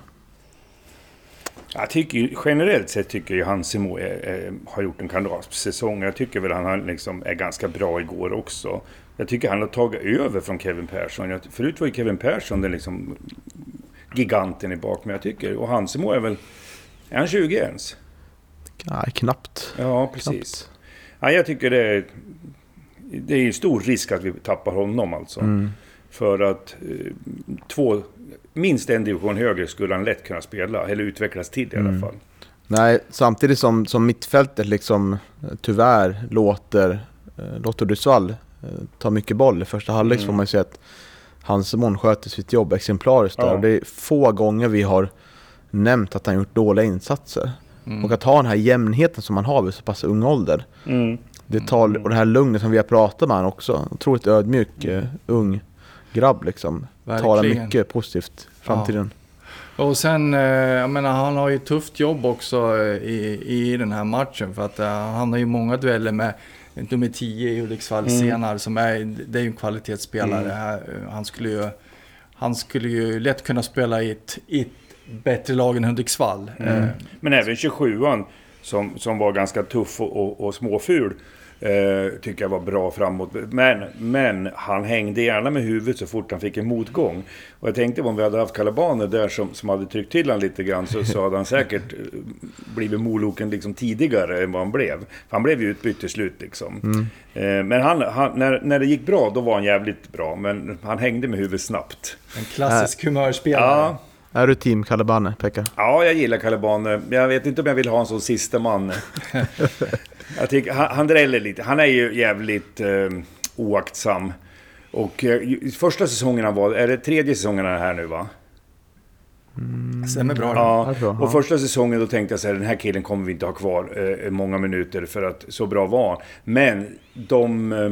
Jag tycker ju, generellt sett tycker jag Hansemo är, är, har gjort en kandidatsäsong. Jag tycker väl han har liksom är ganska bra igår också. Jag tycker han har tagit över från Kevin Persson. Jag, förut var ju Kevin Persson den liksom giganten i bak, men jag tycker, och Hansemo är väl, är han tjugo ens? Nej, knappt. Ja, precis. Ja, jag tycker det är, det är en stor risk att vi tappar honom alltså. Mm. För att eh, två, minst en division högre skulle han lätt kunna spela, eller utvecklas till i alla Mm. fall. Nej, samtidigt som, som mittfältet liksom eh, tyvärr låter eh, Lotto Dusvall eh, ta mycket boll i första halvlek, Mm. får man ju säga att Hansemon sköter sitt jobb exemplariskt där. Ja. Och det är få gånger vi har nämnt att han gjort dåliga insatser. Mm. Och att ha den här jämnheten som man har vid så pass ung ålder. Mm. Det tar, och det här lugnet som vi har pratat med han också. Otroligt ödmjuk, eh, ung grabb liksom. Talar Verkligen. mycket positivt i framtiden. Och sen, eh, jag menar, han har ju ett tufft jobb också eh, i, i den här matchen. För att eh, han har ju många dueller med nummer tio i Hudiksvall Mm. senare, som är, det är ju en kvalitetsspelare. Mm. Här, eh, Han skulle ju, han skulle ju lätt kunna spela i ett, i ett bättre lag än Hudiksvall. Mm. Eh, Men även tjugosjuan som, som var ganska tuff och, och, och småful eh, tycker jag var bra framåt. Men, men han hängde gärna med huvudet så fort han fick en motgång. Och jag tänkte om vi hade haft Kalabaner där som, som hade tryckt till han lite grann, så, så hade han säkert eh, blivit moloken liksom tidigare än vad han blev. För han blev ju utbytt till slut liksom. Mm. Eh, men han, han, när, när det gick bra, då var han jävligt bra. Men han hängde med huvudet snabbt. en klassisk humörspelare. Ja. Är du team Kalabane, Pekka? Ja, jag gillar Kalabane. Jag vet inte om jag vill ha en sån sista man. Jag tycker, han, han dräller lite. Han är ju jävligt eh, oaktsam. Och eh, första säsongen han var, är det tredje säsongen han är här nu va? Stämmer bra då. Ja, Ja, bra, och ja. första säsongen då tänkte jag så här, den här killen kommer vi inte ha kvar eh, många minuter för att så bra var han. Men de... Eh,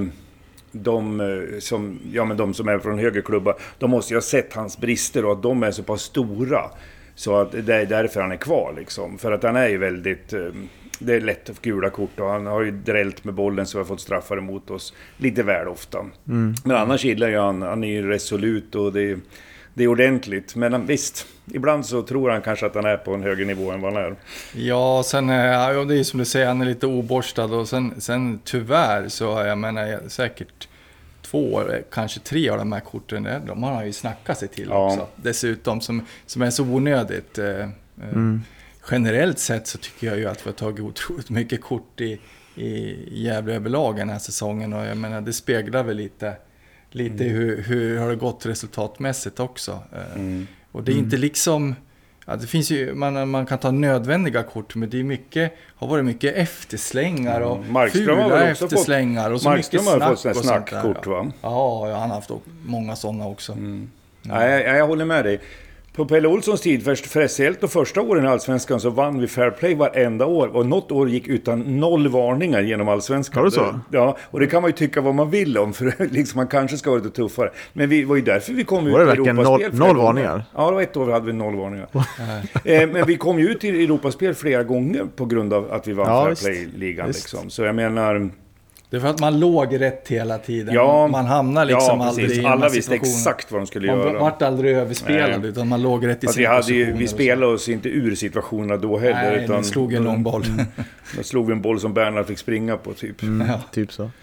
De eh, som, ja, men de som är från högerklubbar, de måste ju ha sett hans brister och att de är så pass stora så att det är därför han är kvar liksom. För att han är ju väldigt eh, det är lätt att gula kort och han har ju drällt med bollen så vi har fått straffar emot oss lite väl ofta. Mm. Men annars gillar jag han, han är ju resolut och det, det är ordentligt. Men han, visst, ibland så tror han kanske att han är på en högre nivå än vad han är. Ja, sen eh, ja, det är som du säger, han är lite oborstad och sen, sen tyvärr så, jag menar jag, säkert två, kanske tre av de här korten, de har han ju snackat sig till Ja. också. Dessutom, som, som är så onödigt. Eh, eh, Mm. Generellt sett så tycker jag ju att vi har tagit otroligt mycket kort i, i Gävle överlag den här säsongen. Och jag menar, det speglar väl lite, lite Mm. hur, hur har det gått resultatmässigt också. Eh, Mm. Och det är inte liksom... Ja, det finns ju, man, man kan ta nödvändiga kort, men det är mycket, har varit mycket efterslängar och Mm. Markström har fula väl också efterslängar och så Markström mycket har snack fått sådana och sånt där. snackkort va? Ja, ja, han har haft många sådana också. Mm. Ja. Ja, jag, jag håller med dig. På Pelle Olssons tid, för, speciellt de första åren i Allsvenskan, så vann vi Fair Play varenda år. Och något år gick utan noll varningar genom Allsvenskan. Var det så? Ja, och det kan man ju tycka vad man vill om, för liksom, man kanske ska vara lite tuffare. Men vi var ju därför vi kom ut Var det i verkligen Europaspel noll- flera noll gånger. varningar? Ja, det var ett år vi hade vi noll varningar. eh, men vi kom ju ut i Europaspel flera gånger på grund av att vi vann Ja, Fair visst. Play-ligan. Visst. Liksom. Så jag menar... Det är för att man låg rätt hela tiden. Ja, Man hamnar liksom ja, aldrig precis. i en Alla visste situation. exakt vad de skulle Man göra. vart aldrig överspelad, Nej. utan man låg rätt i Fast sina vi, hade ju, positioner vi och så. spelade oss inte ur situationerna då heller. Nej, utan den slog en lång boll. Då slog vi en boll som Bernhard fick springa på typ. Mm, Ja. typ så.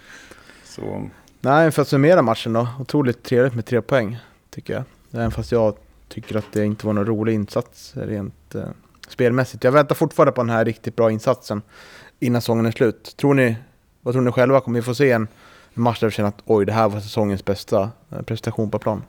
Så, Nej, för att summera matchen då. Otroligt trevligt med tre poäng, tycker jag. Även fast jag tycker att det inte var någon rolig insats rent eh, spelmässigt. Jag väntar fortfarande på den här riktigt bra insatsen innan säsongen är slut. Tror ni, vad tror ni själva? Kommer vi få se en match där vi känner att oj, det här var säsongens bästa eh, prestation på plan?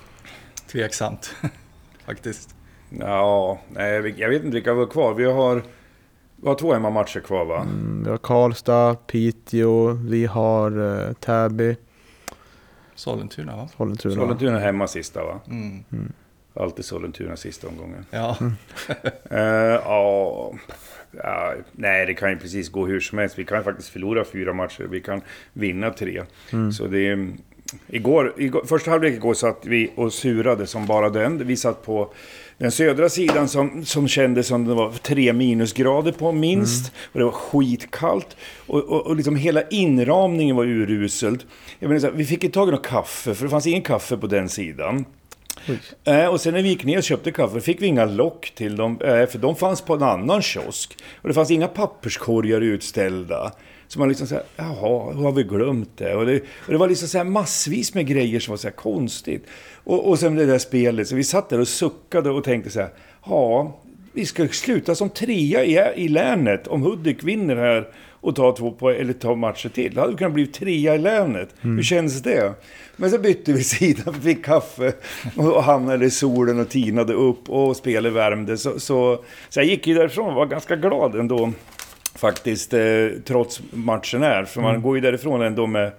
Tveksamt, faktiskt. ja, nej, jag vet inte vilka vi har kvar. Vi har, vi har två hemmamatcher kvar va? Mm, vi har Karlstad, Piteå, vi har eh, Täby, Sollentuna, va? Sollentuna. Sollentuna hemma sista va? Mm. Alltid Sollentuna sista omgången. Ja. Mm. uh, ja, ja, nej, det kan ju precis gå hur som helst. Vi kan faktiskt förlora fyra matcher. Vi kan vinna tre. Mm. Så det är... Igår, igår, första halvlek igår satt vi och surade som bara den. Vi satt på den södra sidan som, som kändes som det var tre minusgrader på minst. Mm. Och det var skitkallt. Och, och, och liksom hela inramningen var uruselt. Jag menar så här, vi fick inte tag i något kaffe, för det fanns ingen kaffe på den sidan. Äh, och sen när vi gick ner och köpte kaffe fick vi inga lock till dem, äh, för de fanns på en annan kiosk. Och det fanns inga papperskorgar utställda. Så man liksom såhär, jaha, hur har vi glömt det? Och det, och det var liksom såhär massvis med grejer som var såhär konstigt. Och, och sen det där spelet, så vi satt där och suckade och tänkte såhär, ja, vi ska sluta som trea i, i länet om Hudik vinner här och tar två på, eller tar matcher till. Då hade vi kunnat bli trea i länet. Mm. Hur känns det? Men så bytte vi sida, vi fick kaffe och hamnade i solen och tinade upp och spelet värmde. Så, så, så jag gick ju därifrån och var ganska glad ändå. Faktiskt, eh, trots matchen är. För man mm. går ju därifrån ändå med,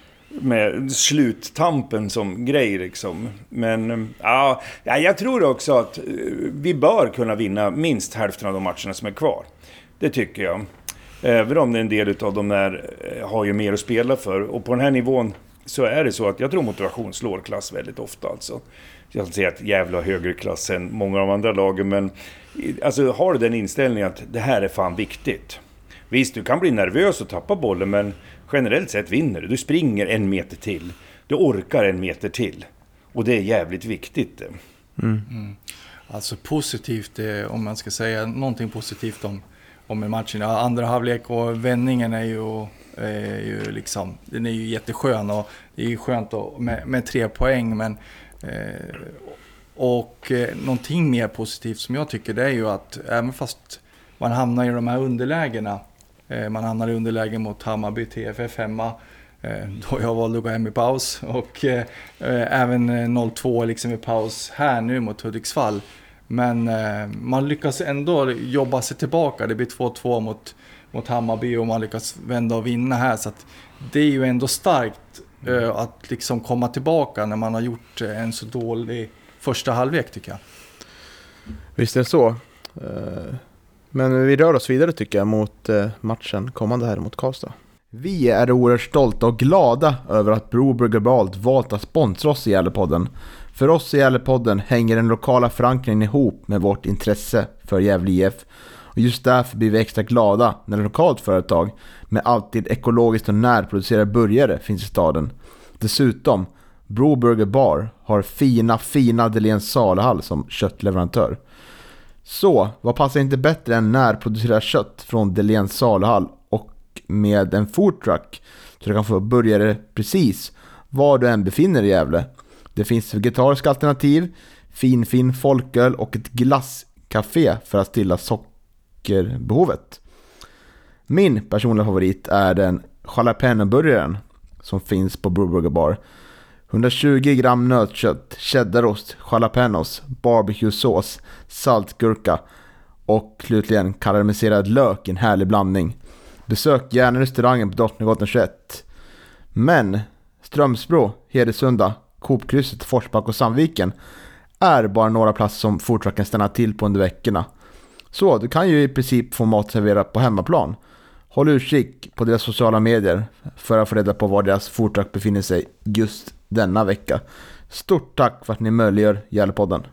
med sluttampen som grej liksom. Men eh, ja, jag tror också att eh, vi bör kunna vinna minst hälften av de matcherna som är kvar. Det tycker jag. Även om det är en del av de där eh, har ju mer att spela för. Och på den här nivån så är det så att jag tror motivation slår klass väldigt ofta alltså. Jag säger att jävla högre klass än många av de andra lagen, men alltså har du den inställningen att det här är fan viktigt. Visst, du kan bli nervös och tappa bollen, men generellt sett vinner du. Du springer en meter till. Du orkar en meter till. Och det är jävligt viktigt. Mm. Mm. Alltså positivt, om man ska säga någonting positivt om, om matchen. Ja, andra halvlek och vändningen är ju, är ju liksom, den är ju jätteskön och det är ju skönt då, med, med tre poäng, men eh, och eh, någonting mer positivt som jag tycker, det är ju att även fast man hamnar i de här underlägena, eh, man hamnar i underläge mot Hammarby T F F hemma, eh, då jag valde att gå hem i paus, och eh, även noll två liksom i paus här nu mot Hudiksvall, men eh, man lyckas ändå jobba sig tillbaka. Det blir två två mot, mot Hammarby och man lyckas vända och vinna här, så att det är ju ändå starkt eh, att liksom komma tillbaka när man har gjort en så dålig första halvlek, tycker jag. Visst är det så. Men vi rör oss vidare tycker jag mot matchen kommande här mot Karlstad. Vi är oerhört stolta och glada över att Broberg Balt valt att sponsra oss i Gävlepodden. För oss i Gävlepodden hänger den lokala förankringen ihop med vårt intresse för Gävle I F. Och just därför blir vi extra glada när ett lokalt företag med alltid ekologiskt och närproducerade burgare finns i staden. Dessutom, Broburger Bar har fina, fina Delens Salehall som köttleverantör. Så, vad passar inte bättre än närproducerat kött från Delens Salehall och med en food truck så du kan få burgare precis var du än befinner dig i Gävle. Det finns vegetariska alternativ, fin fin folköl och ett glasscafé för att stilla sockerbehovet. Min personliga favorit är den jalapeno-burgaren som finns på Broburger Bar. hundratjugo gram nötkött, cheddarost, jalapenos, barbecue-sås, saltgurka och slutligen karamelliserad lök i en härlig blandning. Besök gärna restaurangen på Drottninggatan tjugoett. Men Strömsbro, Hedesunda, Coopkrysset, Forsbacka och Sandviken är bara några platser som foodtrucken stannar till på under veckorna. Så du kan ju i princip få mat serverat på hemmaplan. Håll utkik på deras sociala medier för att få reda på var deras foodtruck befinner sig just denna vecka. Stort tack för att ni möjliggör Gävlepodden.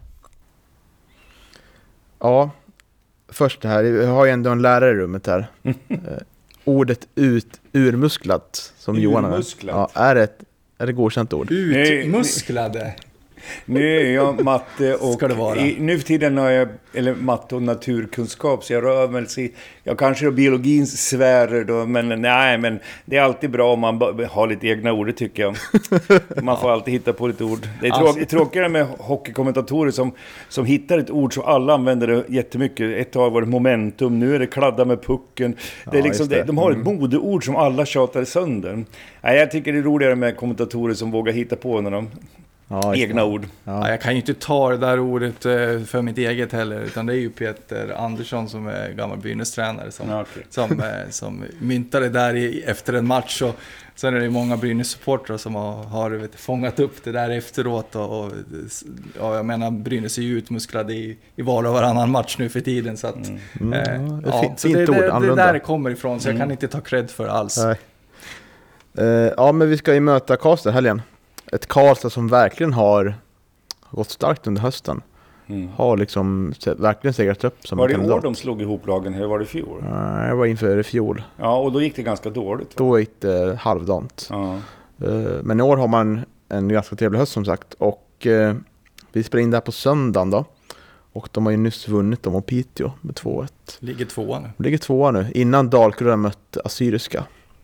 Ja, först det här. Vi har ju ändå en lärare i rummet här. eh, ordet ut, urmusklat som Johan har. Ja, är det ett, är det godkänt ord? Utmusklade. Nu är jag matte och Ska det vara? I, nu för tiden har jag eller matte och naturkunskap, så jag rör mig sig. Jag kanske är biologins sfärer då, men nej, men det är alltid bra om man b- har lite egna ord, tycker jag. Man får alltid hitta på lite ord. Det är tråk- alltså. tråkigare med hockeykommentatorer som, som hittar ett ord så alla använder det jättemycket. Ett tag var det momentum, nu är det kladda med pucken. Det är ja, liksom, det. De har ett mm. modeord som alla tjatar sönder. Nej, jag tycker det är roligare med kommentatorer som vågar hitta på när de Ja, egna ord. Ja. Ja, jag kan ju inte ta det där ordet eh, för mitt eget heller, utan det är ju Peter Andersson som är gammal Brynäs-tränare som, Ja, okay. som, eh, som myntade det där i, efter en match. Och sen är det många Brynäs-supportrar som har, har vet, fångat upp det där efteråt. Och, och, ja, jag menar, Brynäs är ju utmusklade i, i var och varannan match nu för tiden. Så, att, Mm. eh, Mm. ja, Fint, så fint det, ord, det, det annorlunda. där det kommer ifrån, så jag Mm. kan inte ta cred för alls. Nej. Eh, ja, men vi ska ju möta Karlstad helgen. Ett Karlstad som verkligen har gått starkt under hösten. Mm. Har liksom se- verkligen segrat upp som Var en det i kandidat. år de slog ihop lagen eller var det i fjol? Nej, jag var inför i fjol. Ja, och då gick det ganska dåligt. Va? Då gick det halvdant. Ja. Eh, men i år har man en ganska trevlig höst som sagt. Och eh, vi spelar in det här på söndagen då. Och de har ju nyss vunnit dem och Piteå med två ett. Ligger tvåa nu. De ligger tvåa nu, innan Dalkurd mötte Assyriska.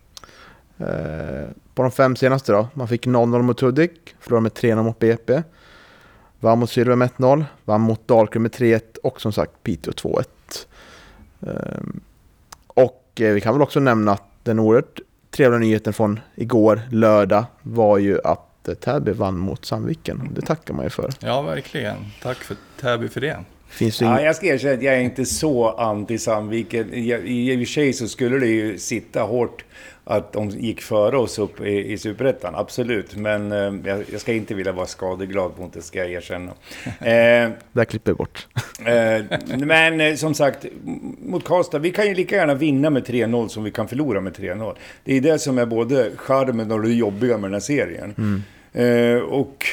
Eh, på de fem senaste då, man fick noll noll mot Hudik, förlorade med tre noll mot B P. Vann mot Sylve med ett noll, vann mot Dalkurd med tre ett och som sagt Piteå två ett. Eh, och eh, vi kan väl också nämna att den oerhört trevliga nyheten från igår, lördag, var ju att eh, Täby vann mot Sandviken. Det tackar man ju för. Ja, verkligen. Tack för Täby för det. Finns det Ja, ing- jag ska erkänna att jag är inte så anti-Sandviken. Jag- I i och för sig så skulle det ju sitta hårt att de gick före oss upp i, i Superettan, absolut. Men eh, jag, jag ska inte vilja vara skadeglad mot det, ska jag erkänna. Eh, Där klipper vi bort. eh, men eh, som sagt, m- mot Karlstad, vi kan ju lika gärna vinna med tre noll som vi kan förlora med tre noll. Det är det som är både charmen och det jobbiga med den här serien. Eh, och...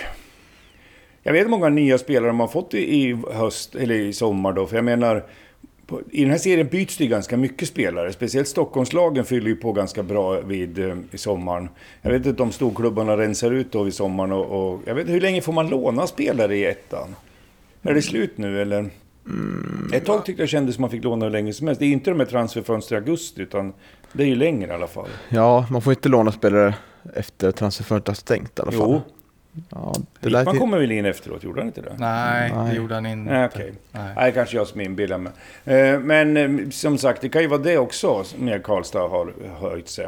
Jag vet hur många nya spelare de har fått i, i höst, eller i sommar då. För jag menar, på, i den här serien byts det ganska mycket spelare. Speciellt Stockholmslagen fyller ju på ganska bra vid eh, i sommaren. Jag vet inte om storklubbarna rensar ut då i sommaren. Och, och, jag vet inte, hur länge får man låna spelare i ettan? Är det slut nu eller? Mm. Ett tag tyckte jag kändes som man fick låna hur länge som helst. Det är inte de här transferfönster i augusti, utan det är ju längre i alla fall. Ja, man får inte låna spelare efter transferfönstret har stängt i alla fall. Jo, Ja, det lät man ju- kommer väl in efteråt, gjorde han inte det? Nej, Nej. det gjorde han inte. Nej, okej. Nej. Nej, kanske jag som inbillar mig. Eh, Men eh, som sagt, det kan ju vara det också med Karlstad har höjt sig.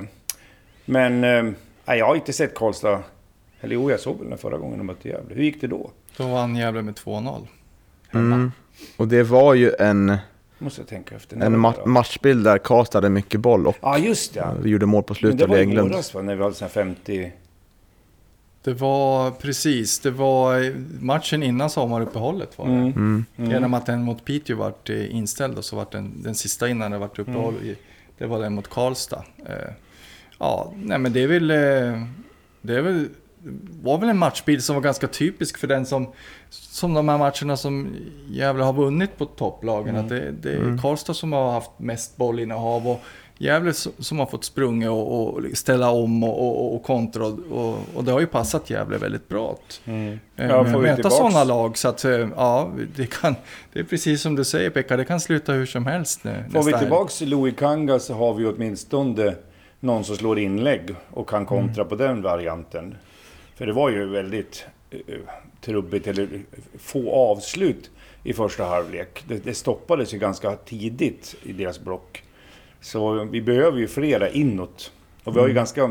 Men eh, nej, jag har inte sett Karlstad. Eller jo, jag såg väl den förra gången de mötte Gävle. Hur gick det då? Då vann Gävle med två noll. Mm. Och det var ju en, Måste jag tänka efter. en ma- matchbild där Karlstad hade mycket boll och Ja, just det. ja, vi gjorde mål på Men slutet det av var i Englund. våras, va? När vi hade sån här femtio... Det var precis, det var matchen innan sommaruppehållet var det. Mm. Mm. Mm. Genom att den mot Piteå vart eh, inställd och så vart den, den sista innan det vart uppehåll i, det var den mot Karlstad. Eh, ja, nej men det är väl, eh, det är väl, var väl en matchbild som var ganska typisk för den som, som de här matcherna som Gävle har vunnit på topplagen. Mm. Att det, det är Mm. Karlstad som har haft mest bollinnehav och Gävle som som har fått sprunga och, och ställa om och, och, och kontra och, och, och det har ju passat Gävle väldigt bra att Mm. eh, Ja, får vi möta tillbaks- sådana lag så att eh, ja, det kan, det är precis som du säger Pekka, det kan sluta hur som helst nu. Får nästa vi helg. tillbaks Louis Kanga så har vi åtminstone någon som slår inlägg och kan kontra Mm. på den varianten. För det var ju väldigt uh, trubbigt eller få avslut i första halvlek. Det, det stoppades ju ganska tidigt i deras block. Så vi behöver ju flera inåt. Och vi har ju Mm. ganska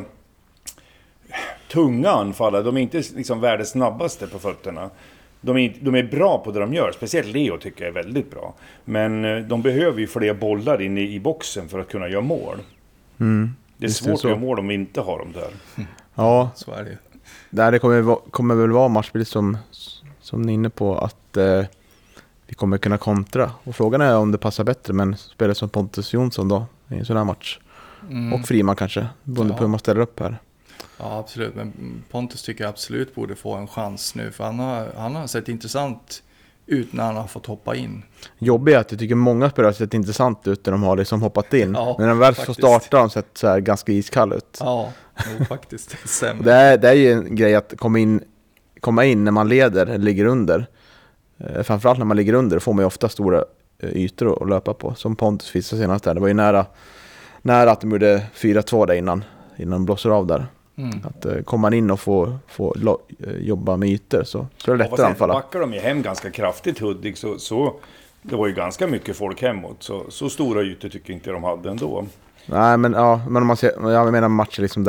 tunga anfallare. De är inte liksom världens snabbaste på fötterna. De är, de är bra på det de gör. Speciellt Leo tycker jag är väldigt bra. Men eh, de behöver ju fler bollar inne i boxen för att kunna göra mål. Mm. Det är Visst är svårt det så. att göra mål om vi inte har dem där. Ja, Så är det ju. där det kommer, va- kommer väl vara matchbild som, som ni är inne på att eh, vi kommer kunna kontra. Och frågan är om det passar bättre men spelare som Pontus Jonsson då i en sån här match. Mm. Och Friman kanske, beroende Ja. på hur man ställer upp här. Ja, absolut. Men Pontus tycker jag absolut borde få en chans nu. För han har, han har sett intressant ut när han har fått hoppa in. Jobbigt är att jag tycker många spelare har sett intressant ut när de har liksom hoppat in. Ja, men när de väl så faktiskt. startar de sett så här ganska iskall ut. Ja, jo, faktiskt. Och Sämre. det, är, det är ju en grej att komma in, komma in när man leder eller ligger under. Eh, framförallt när man ligger under får man ju ofta stora eh, ytor att löpa på. Som Pontus visade senast där. Det var ju nära, nära att de gjorde fyra två där innan, innan de blåser av där. Mm. Att eh, kommer man in och får, får lo, eh, jobba med ytor så, så är det Ja, fast lättare att sen anfalla. backar de ju hem ganska kraftigt Hudik. Så, så det var ju ganska mycket folk hemåt. Så, så stora ytor tycker inte de hade ändå. Nej men ja, men om man ser, jag menar matcher liksom där,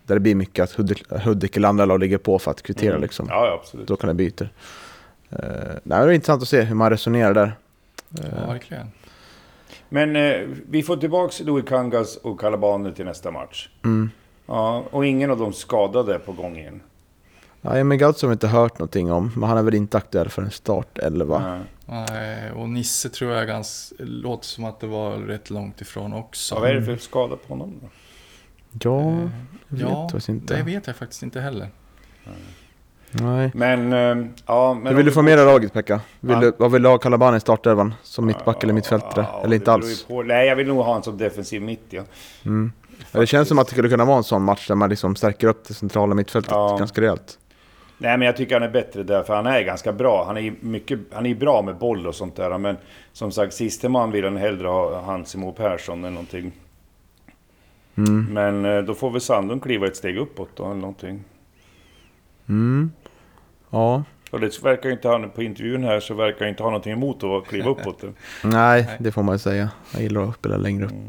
där det blir mycket att Hudik- Hudik eller andra lag ligger på för att kvittera Mm. liksom. Ja, ja, absolut. Då kan det byta. Uh, det är intressant att se hur man resonerar där. Uh, Ja, verkligen. Men eh, vi får tillbaka Louis Kangas och Calabane till nästa match. mm. Ja, och ingen av dem skadade på gång in. Ja, men Gaudzo har vi inte hört någonting om, men han är väl inte aktuell för en start elva. Nej. Nej, och Nisse tror jag ganska, låter som att det var rätt långt ifrån också. Ja, vad är det för skada på honom då? Ja, Eh, jag vet ja, faktiskt inte. det vet jag faktiskt inte heller. Nej. Men, eh, ja... Men Hur vill om du vi- formera laget, Pekka? Vill Va? du, vad vill du ha Calabane i startelvan? Som mittback eller mittfältare? Ja, eller inte det beror ju alls? på. Nej, jag vill nog ha en som defensiv mitt, ja. Mm. Ja, det känns som att det skulle kunna vara en sån match där man liksom stärker upp det centrala mittfältet Ja. ganska rejält. Nej, men jag tycker han är bättre där, för han är ganska bra. Han är ju mycket, han är ju bra med boll och sånt där. Men som sagt, siste man vill han hellre ha Hansimo Persson eller någonting. Mm. Men eh, då får väl Sandlund kliva ett steg uppåt då, eller någonting. Mm. Ja. Och det verkar ju inte han, på intervjun här så verkar han inte ha någonting emot att kliva uppåt. Nej, det får man ju säga. Jag gillar att spela längre upp. Mm.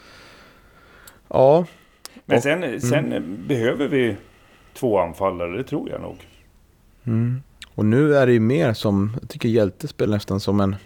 Ja. Men Och- sen, sen behöver vi två anfallare, det tror jag nog. Mm. Och nu är det ju mer som, jag tycker Hjälte spelar nästan som en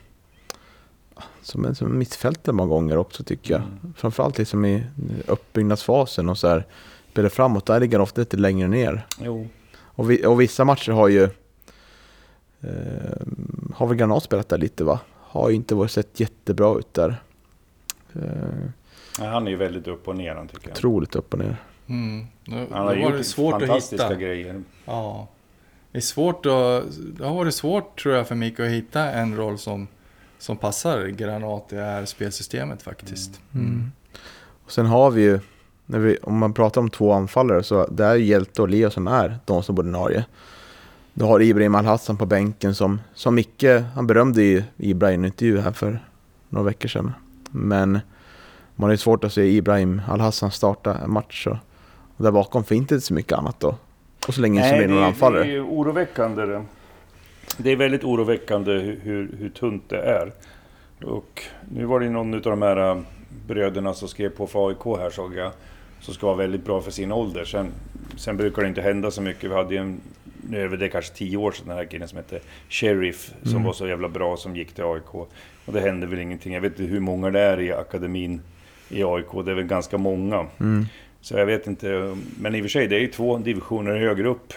som en, som en mittfältare många gånger också, tycker jag. Mm. Framförallt liksom i uppbyggnadsfasen och så här spelar framåt, där ligger han ofta lite längre ner. Jo. Och, vi, och vissa matcher har ju eh, har väl Granat spelat där lite, va? Har ju inte varit sett jättebra ut där. Eh, Ja, han är ju väldigt upp och ner, han tycker jag. otroligt upp och ner. Mm. Då, Han då har var gjort det svårt att fantastiska hitta. grejer. Ja. Det är svårt att, det har varit svårt tror jag för Mika att hitta en roll som, som passar Granat i det här spelsystemet faktiskt. Mm. Och sen har vi ju, när vi, om man pratar om två anfallare, så det är ju Hjälte och Leo som är de som borde Norge. Du har Ibrahim Al-Hassan på bänken som, som Micke, han berömde ju Ibrahim i en intervju här för några veckor sedan. Men man har ju svårt att se Ibrahim Al-Hassan starta en match, och, och där bakom finns det inte så mycket annat då. Och så länge som det är någon anfallare. det är oroväckande det. Det är väldigt oroväckande hur, hur, hur tunt det är. Och nu var det någon av de här äh, bröderna som skrev på för A I K här, såg jag, som ska vara väldigt bra för sin ålder. Sen, sen brukar det inte hända så mycket. Vi hade ju en, nu är det kanske tio år sedan, den här killen som hette Sheriff, som Mm. var så jävla bra, som gick till A I K. Och det hände väl ingenting. Jag vet inte hur många det är i akademin i A I K. Det är väl ganska många. Mm. Så jag vet inte. Men i och för sig, det är ju två divisioner högre upp.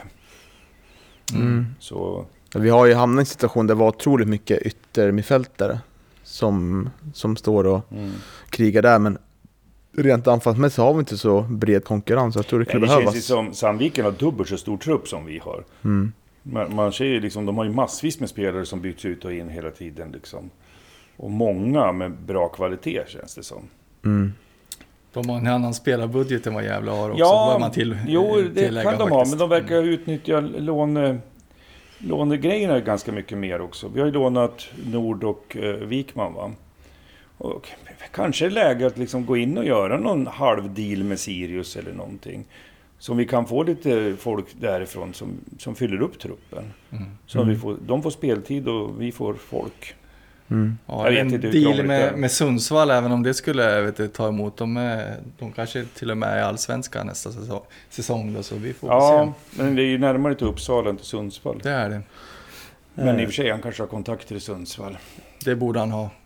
Mm. Så Vi har ju hamnat i en situation där det var otroligt mycket yttermittfältare som, som står och mm. krigar där, men rent anfallsmässigt har vi inte så bred konkurrens. Jag tror det Ja, skulle det behövas. känns ju som Sandviken har dubbelt så stor trupp som vi har. Mm. Man, man ser ju liksom, de har ju massvis med spelare som byts ut och in hela tiden liksom. Och många med bra kvalitet, känns det som. Mm. De har en annan spelarbudget än vad Gävle har också. Ja, vad man till, jo, det tillägga kan de ha, faktiskt. men de verkar utnyttja låne, lånegrejerna ganska mycket mer också. Vi har ju lånat Nord och eh, Wikman, va? Och kanske är läge att liksom gå in och göra någon halvdeal med Sirius eller någonting. Så vi kan få lite folk därifrån som, som fyller upp truppen. Mm. Så Mm. vi får, de får speltid och vi får folk. Mm. Ja, Jag vet en inte hur deal krångligt det är. med, med Sundsvall, även om det skulle vet du, ta emot. De, är, de kanske till och med är allsvenska nästa säsong, säsong då, så vi får Ja, se. men det är ju närmare till Uppsala än till Sundsvall. Det är det. Men i och för sig, han kanske har kontakter i Sundsvall. Det borde han ha.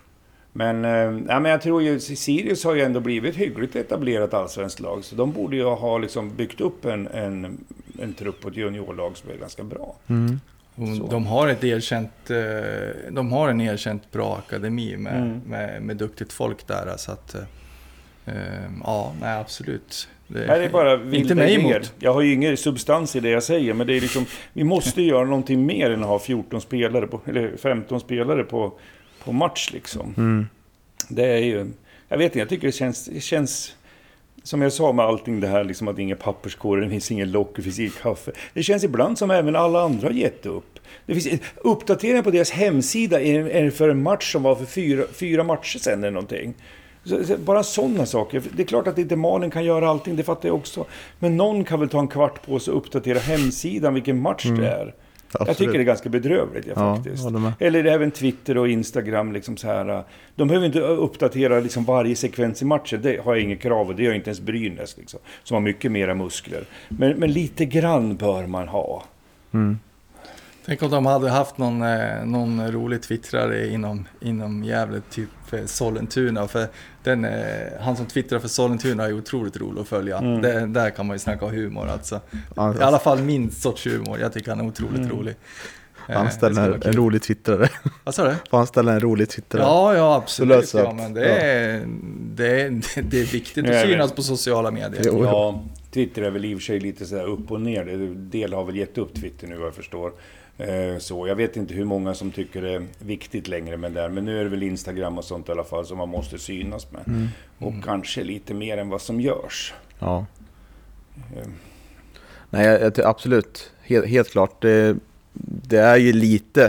Men, eh, ja, men jag tror ju Sirius har ju ändå blivit hyggligt etablerat allsvenskt lag. Så de borde ju ha liksom byggt upp en, en, en trupp på ett juniorlag som är ganska bra. Mm. Och Så. de har ett erkänt, eh, de har en erkänt bra akademi med, Mm. med, med duktigt folk där. Så att, eh, ja, nej absolut. Det, Nej, det är bara vilda inte mig idéer. emot. Jag har ju ingen substans i det jag säger, men det är liksom, vi måste göra någonting mer än att ha fjorton spelare på, eller femton spelare på, på match liksom. Mm. Det är ju, jag vet inte, jag tycker det känns, det känns som jag sa med allting det här, liksom att inga papperskorgar, det finns ingen lock, det finns inget kaffe. Det känns ibland som även alla andra har gett upp. Det finns uppdateringar på deras hemsida är för en match som var för fyra, fyra matcher sedan eller någonting. Så, så, bara sådana saker. Det är klart att inte Malin kan göra allting, det fattar jag också. Men någon kan väl ta en kvart på sig och uppdatera hemsidan vilken match Mm. det är. Absolut. Jag tycker det är ganska bedrövligt, jag, Ja, faktiskt. håller med. Eller även Twitter och Instagram. Liksom så här, de behöver inte uppdatera liksom varje sekvens i matchen. Det har jag inget krav och det gör inte ens Brynäs. Liksom, som har mycket mera muskler. Men, men lite grann bör man ha. Mm. Tänk om de hade haft någon, eh, någon rolig twittrare inom, inom Gävle, typ eh, Sollentuna. För den, eh, han som twittrar för Sollentuna är otroligt rolig att följa. Mm. Det, där kan man ju snacka om humor alltså. Ja, I alla fall min sorts humor. Jag tycker han är otroligt Mm. rolig. Eh, Han det ställer ska en, vara en kul. rolig twittrare. Vad sa du? Han ställer en rolig twittrare. Ja, ja, Så absolut. löser Ja, allt. men det, är, det, är, det är viktigt Jag att vet. synas på sociala medier. Jo. Ja, Twitter är väl i och för sig lite så här upp och ner. En del har väl gett upp Twitter nu vad jag förstår. Eh, Så jag vet inte hur många som tycker det är viktigt längre med det där. Men nu är det väl Instagram och sånt i alla fall som man måste synas med. Mm. Och kanske lite mer än vad som görs. Ja. Eh, Nej, jag, jag, absolut. Helt, helt klart. Det, det är ju lite...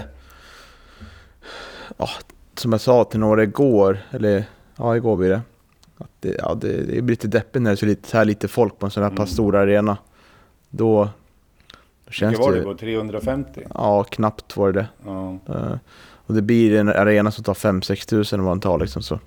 Ja, som jag sa till några igår, eller ja, igår blir det. Att det, ja, det, det blir lite deppigt när det är så, lite, så här lite folk på en sån här Mm. pass stor arena. Då, då känns det var det... det på trehundrafemtio. Ja, knappt var det. Ja. Uh, och det blir en arena som tar fem sex tusen vad man tar liksom så.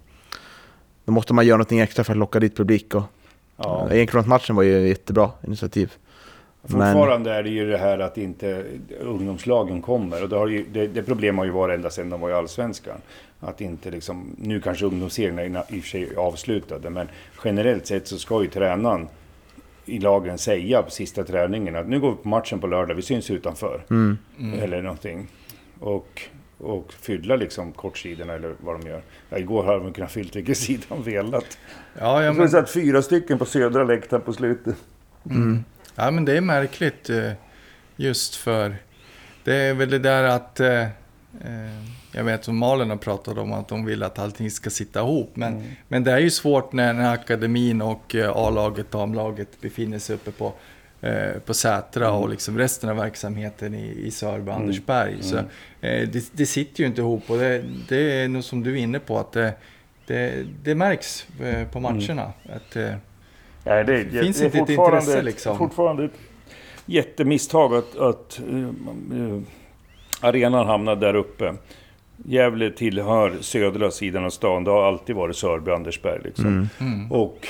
Då måste man göra någonting extra för att locka dit publik. Och, Ja. uh, enkronatmatchen var ju jättebra initiativ. Fortfarande är det ju det här att inte ungdomslagen kommer. Och det, har ju, det, det problem har ju varit ända sedan de var i Allsvenskan. Att inte liksom, nu kanske ungdomsserierna i och för sig är avslutade. Men generellt sett så ska ju tränaren i lagen säga på sista träningen att nu går vi på matchen på lördag, vi syns utanför. Mm. Mm. Eller någonting. Och, och fylla liksom kortsidorna eller vad de gör. Ja, igår har de kunnat fyllt vilken sida de velat. Ja, ja, Jag tror men, det satt fyra stycken på södra läktaren på slutet. mm. ja, men det är märkligt eh, just för det är väl det där att eh, eh, jag vet som Malin har pratat om att de vill att allting ska sitta ihop. Men, Mm. men det är ju svårt när, när akademin och eh, A-laget, damlaget befinner sig uppe på, eh, på Sätra Mm. och liksom resten av verksamheten i, i Sörby och Mm. Andersberg. Så, Mm. eh, det, det sitter ju inte ihop och det, det är nog som du är inne på att det, det, det märks eh, på matcherna. Att, eh, Nej, det, Det finns det är inte ett fortfarande intresse, ett- liksom. fortfarande ett jättemisstag att, att uh, uh, arenan hamnade där uppe. Gävle tillhör södra sidan av stan. Det har alltid varit Sörby och Andersberg. Liksom. Mm. mm. Och,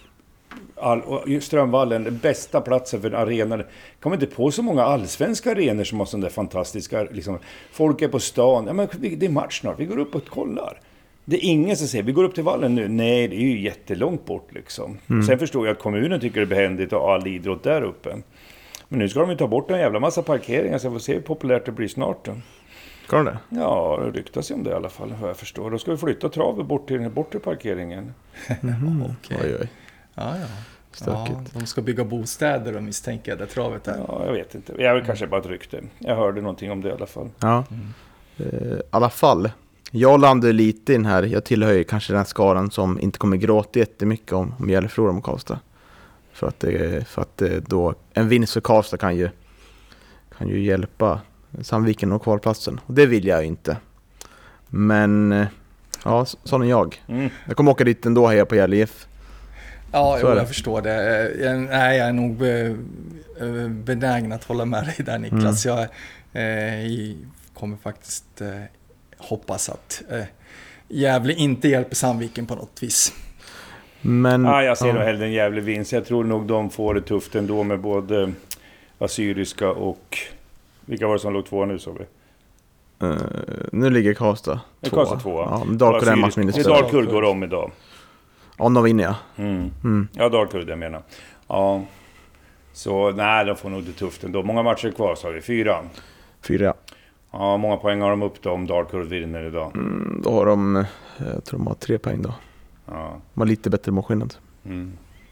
all, och Strömvallen, den bästa platsen för en arena. Kan man inte på så många allsvenska arenor som har sådana där fantastiska... Liksom, folk är på stan. Ja, men det är match snart. Vi går upp och kollar. Det är ingen som säger, vi går upp till vallen nu. Nej, det är ju jättelångt bort liksom. Mm. Sen förstår jag att kommunen tycker det är behändigt att ha all idrott där uppe. Men nu ska de ju ta bort en jävla massa parkeringar, så jag får se hur populärt det blir snart då. Ska det? Ja, det ryktas ju om det i alla fall, vad jag förstår. Då ska vi flytta travet bort till den bortre parkeringen. Mm. Okej. Oj, oj. Ja, ja. Stökigt. Ja, de ska bygga bostäder och misstänker jag, där travet är. Ja, jag vet inte. Jag är väl kanske bara ett rykte. Jag hörde någonting om det i alla fall. Ja. Mm. Eh, I alla fall. Jag landar lite in här. Jag tillhör ju kanske den skaran som inte kommer gråta jättemycket om, om Gävle förlorar mot Karlstad. För att, det, för att det då, en vinst för Karlstad kan ju, kan ju hjälpa Sandviken och kvalplatsen. Och det vill jag ju inte. Men eh, ja, så- sån är jag. Mm. Jag kommer åka dit ändå och heja på Gävle I F. Ja, Så jo, är det. jag förstår det. Eh, Jag, nej, jag är nog eh, eh, benägen att hålla med dig där, Niklas. Mm. Jag eh, i- kommer faktiskt eh, hoppas att eh, Gävle inte hjälper Sandviken på något vis. Men Ah, jag ser ja. nog hellre en jävla vinst. Jag tror nog de får det tufft ändå med både Assyriska och... Vilka var det som låg två nu, så vi? Eh, nu ligger Karlstad Det tvåa. Karlstad tvåa. Ja, men Dalkurd är en match Assyriska- mindre Det är spelare. Dalkurd går om idag. Om de vinner, ja. Mm. Mm. Ja, Dalkurd jag menar. Ja. Så nej, de får nog det tufft ändå. Många matcher kvar, sa vi. Fyra. Fyra. Ja, många poäng har de upp då om Dalkurd vinner idag. Mm, då har de, eh, jag tror de har tre poäng då. Ja. De har lite bättre målskillnad. Mm.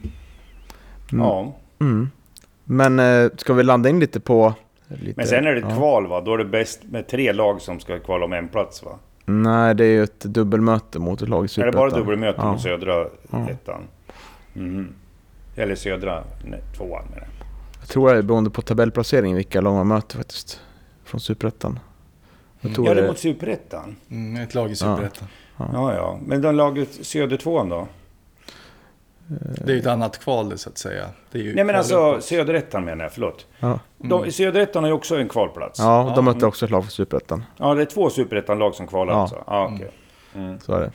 Mm. Ja. Mm. Men eh, ska vi landa in lite på... Lite, Men sen är det ett ja. kval, va? Då är det bäst med tre lag som ska kvala om en plats, va? Nej, det är ju ett dubbelmöte mot ett lag i Är det Superettan. bara dubbelmöte Ja. mot södra Ja. ettan? Mm. Eller södra nej, tvåan med det. Jag tror det är beroende på tabellplacering vilka lag man möter faktiskt. Från Superettan. Jag tror Ja, det är det... mot superettan. Mm, ett lag i Superettan. Ja, ja. Men de laget söder tvåan då? Det är ju ett annat kval det, så att säga. Det är ju Nej men alltså kvalet. Söderettan menar jag, förlåt. Ja, De, Söderettan har ju också en kvalplats. ja de mötte också ett lag för Superettan. Ja, det är två Superettan-lag som kvalar Ja. alltså. Ja, okej. Så är det.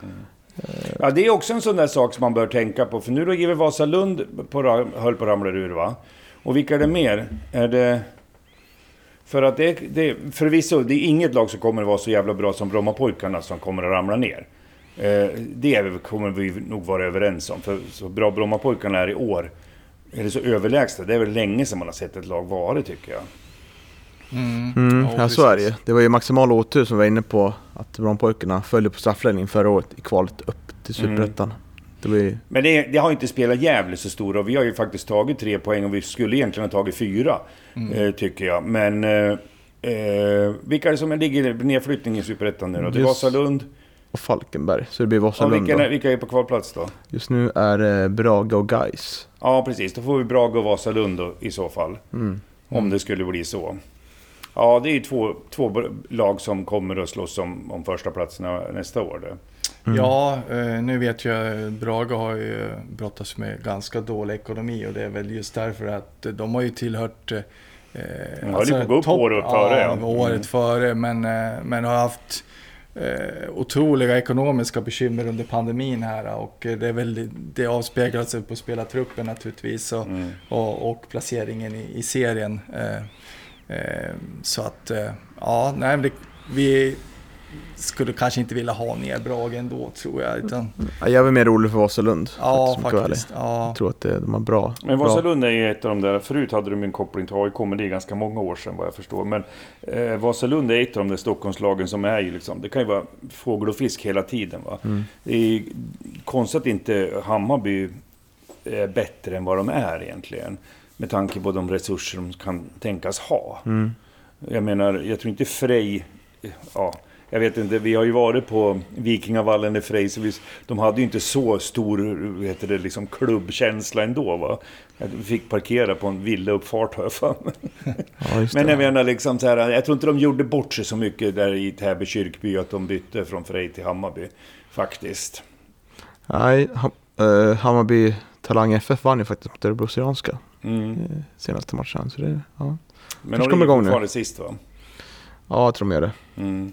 Ja, det är också en sån där sak som man bör tänka på. För nu då giver Vasalund på, ra- höll på att ramla ur, va? Och vilka är det mer? Är det... För att det, det förvisso, det är inget lag som kommer att vara så jävla bra som Brommapojkarna som kommer att ramla ner. Eh, det är vi, kommer vi nog vara överens om. För så bra Brommapojkarna är i år, är det så överlägset. Det är väl länge sedan man har sett ett lag vara, tycker jag. Mm. Mm, Ja, ja, så är det precis. ju. Det var ju maximal otur som var inne på att Brommapojkarna följde på straffläggning förra året i kvalet upp till Superettan. Det var ju... Men det, det har inte spelat jävligt så stor, och vi har ju faktiskt tagit tre poäng och vi skulle egentligen ha tagit fyra, Mm. eh, tycker jag. Men eh, eh, vilka är det som ligger i nedflyttning i Superettan nu då? Det är Just- Vasalund. Och Falkenberg, så det blir Och Vasalund vilka, då. är- vilka är på kvalplats då? Just nu är det Brage och Gais. Ja, precis. Då får vi Brage och Vasalund då, i så fall. Mm. Om det skulle bli så. Ja, det är ju två, två lag som kommer att slåss om, om första platserna nästa år. Det. Mm. Ja, eh, nu vet jag Brage har ju brottats med ganska dålig ekonomi, och det är väl just därför att de har ju tillhört eh, De höll ju på att gå upp topp- året före, ja. Ja, året Mm. före, men, eh, men har haft eh, otroliga ekonomiska bekymmer under pandemin här, och eh, det, är väl, det avspeglar sig på spelartruppen naturligtvis, och, Mm. och, och placeringen i, i serien. Eh, eh, så att, eh, ja, nej, men det, vi skulle kanske inte vilja ha ner Brage ändå, tror jag. Utan, Ja, jag är mer orolig för Vasalund. ja, om jag ska vara ärlig. faktiskt. Ja. Jag tror att det, de har bra. Men bra. Vasalund är ju ett av de där, förut hade de en koppling till A I K, men det är ganska många år sedan vad jag förstår. Men eh, Vasalund är ett av de där Stockholmslagen som är ju liksom, det kan ju vara fågel och fisk hela tiden, va. Mm. Det är konstigt att inte Hammarby är bättre än vad de är egentligen. Med tanke på de resurser de kan tänkas ha. Mm. Jag menar, jag tror inte Frej, ja, jag vet inte, vi har ju varit på Vikingavallen i Frej, så vi, de hade ju inte så stor, vad heter det, liksom klubbkänsla ändå, va. Vi fick parkera på en villauppfart, har jag för mig. Ja, just det. Men jag menar liksom så här, jag tror inte de gjorde bort sig så mycket där i Täby kyrkby att de bytte från Frej till Hammarby, faktiskt. Nej, ha, eh, Hammarby Talang F F vann ju faktiskt mot Örebro Syrianska Mm. eh, senaste matchen. Så det, ja. Men Först de kommer ligger igång nu. fortfarande sist, va? ja, jag tror de gör det. Mm.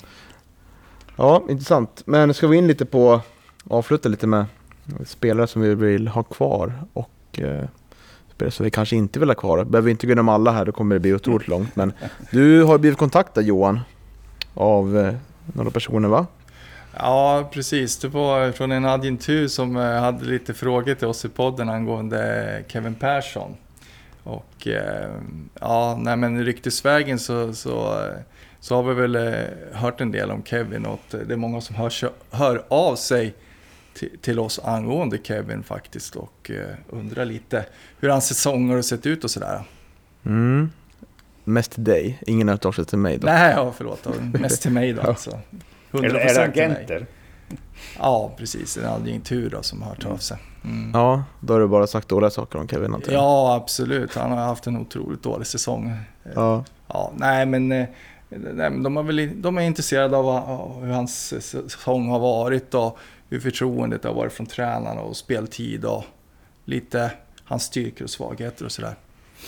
Ja, intressant. Men ska vi in lite på, avsluta lite med spelare som vi vill ha kvar och eh, spelare som vi kanske inte vill ha kvar. Behöver inte gå igenom alla här, då kommer det bli otroligt långt. Men du har blivit kontaktad, Johan, av eh, några personer, va? Ja, precis. Det var från en agentur som eh, hade lite frågor till oss i podden angående Kevin Persson. Och eh, ja, nej, men ryktesvägen så, så, så har vi väl eh, hört en del om Kevin, och att det är många som hör, hör av sig till, till oss angående Kevin faktiskt, och eh, undrar lite hur hans säsonger har sett ut och sådär. Mm. Mest till dig, ingen har hört av sig till mig då. Nej, ja, förlåt. då. Mest till mig då alltså. hundra Eller procent är det till mig. agenter? Ja, precis. En agentur då som har hört av sig. Mm. Ja, då har du bara sagt dåliga saker om Kevin, antar jag. Ja, absolut. Han har haft en otroligt dålig säsong. Ja. Ja, nej, men, eh, nej, men de, är väl, de är intresserade av av hur hans säsong har varit och hur förtroendet har varit från tränarna och speltid och lite hans styrkor och svagheter och sådär.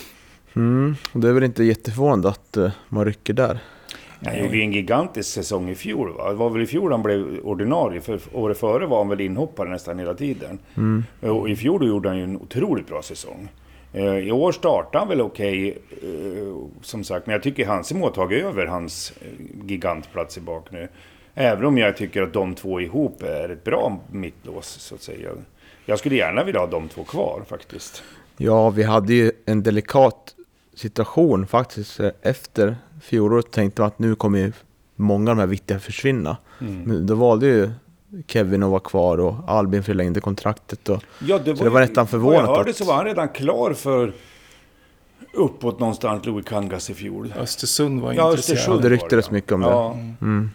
Mm. Och det är väl inte jätteförvånande att uh, man rycker där. Han gjorde ju en gigantisk säsong i fjol, va? Det var väl i fjol han blev ordinarie, för året före var han väl inhoppare nästan hela tiden. Mm. Och i fjol gjorde han ju en otroligt bra säsong. Eh, I år startar han väl okej, eh, som sagt, men jag tycker Hansen har tagit över hans eh, gigantplats i bak nu. Även om jag tycker att de två ihop är ett bra mittlås, så att säga. Jag skulle gärna vilja ha de två kvar faktiskt. Ja, vi hade ju en delikat situation faktiskt efter fjolåret. Tänkte man att nu kommer ju många av de här viktiga försvinna. Mm. Men då valde ju Kevin att vara kvar och Albin förlängde kontraktet. Och, Ja, det var, så det var nästan förvånat. Vad jag hörde att, så var han redan klar för uppåt någonstans Louis Kangas i fjol. Östersund var Ja, intresserad. Östersund. det ryktades mycket om det. Ja. Mm.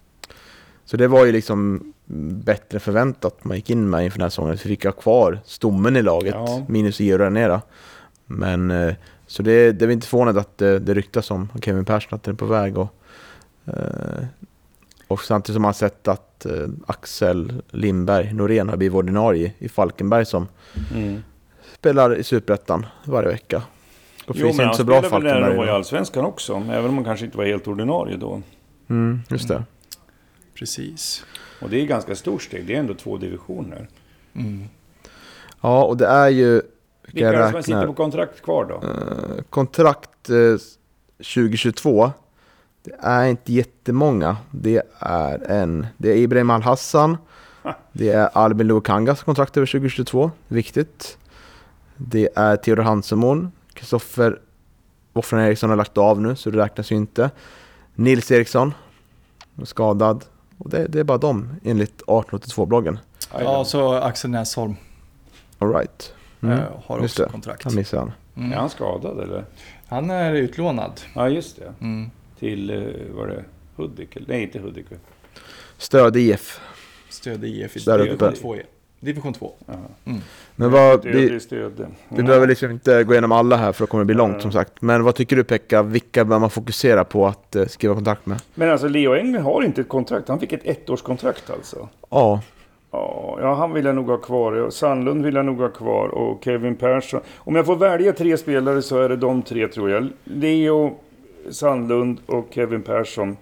Så det var ju liksom bättre förväntat man gick in med inför den här säsongen. Så fick jag kvar stommen i laget, Ja. minus Gio Ranera. Men eh, så det, det är inte förvånat att det, det ryktas om Kevin Persson att den är på väg. Och, eh, och samtidigt som man har sett att att eh, Axel Lindberg Norén har blivit ordinarie i Falkenberg som Mm. spelar i Superettan varje vecka. Och Jo, finns men inte han så bra spelade väl när de var i Falkenberg. Allsvenskan också, även om man kanske inte var helt ordinarie då. Mm, just det. Precis. Och det är ganska stort steg, det är ändå två divisioner. Mm. Ja, och det är ju... Vilka är det som räknar- sitter på kontrakt kvar då? Eh, kontrakt eh, tjugohundratjugotvå. Det är inte jättemånga. Det är en det är Ibrahim Al-Hassan. Det är Albin Lukangas kontrakt över tjugohundratjugotvå. Viktigt. Det är Theodor Hansemon. Kristoffer Woffren Eriksson har lagt av nu så det räknas ju inte. Nils Eriksson skadad. Och det, det är bara dem enligt arton åttiotvå-bloggen. Ja, så Axel Näsholm All right. Mm. eh, har just också det. kontrakt. Han missar han. Mm. Är han skadad eller? Han är utlånad. Ja, just det. Mm. Till, eh, var det Hudik? Nej, inte Hudik. Stöd I F. Stöd I F i Där division uppe. två. Division två. Jaha. Mm. Men vad, Det, vi, det stödde. vi behöver liksom inte gå igenom alla här för det kommer bli långt Mm. som sagt. Men vad tycker du Pekka? Vilka bör man fokusera på att eh, skriva kontrakt med? Men alltså Leo Engren har inte ett kontrakt. Han fick ett ettårskontrakt alltså. Ja, Ja, ja, han vill jag nog ha kvar. Sandlund vill jag nog ha kvar. Och Kevin Persson. Om jag får välja tre spelare så är det de tre tror jag. Leo, Sandlund och Kevin Persson.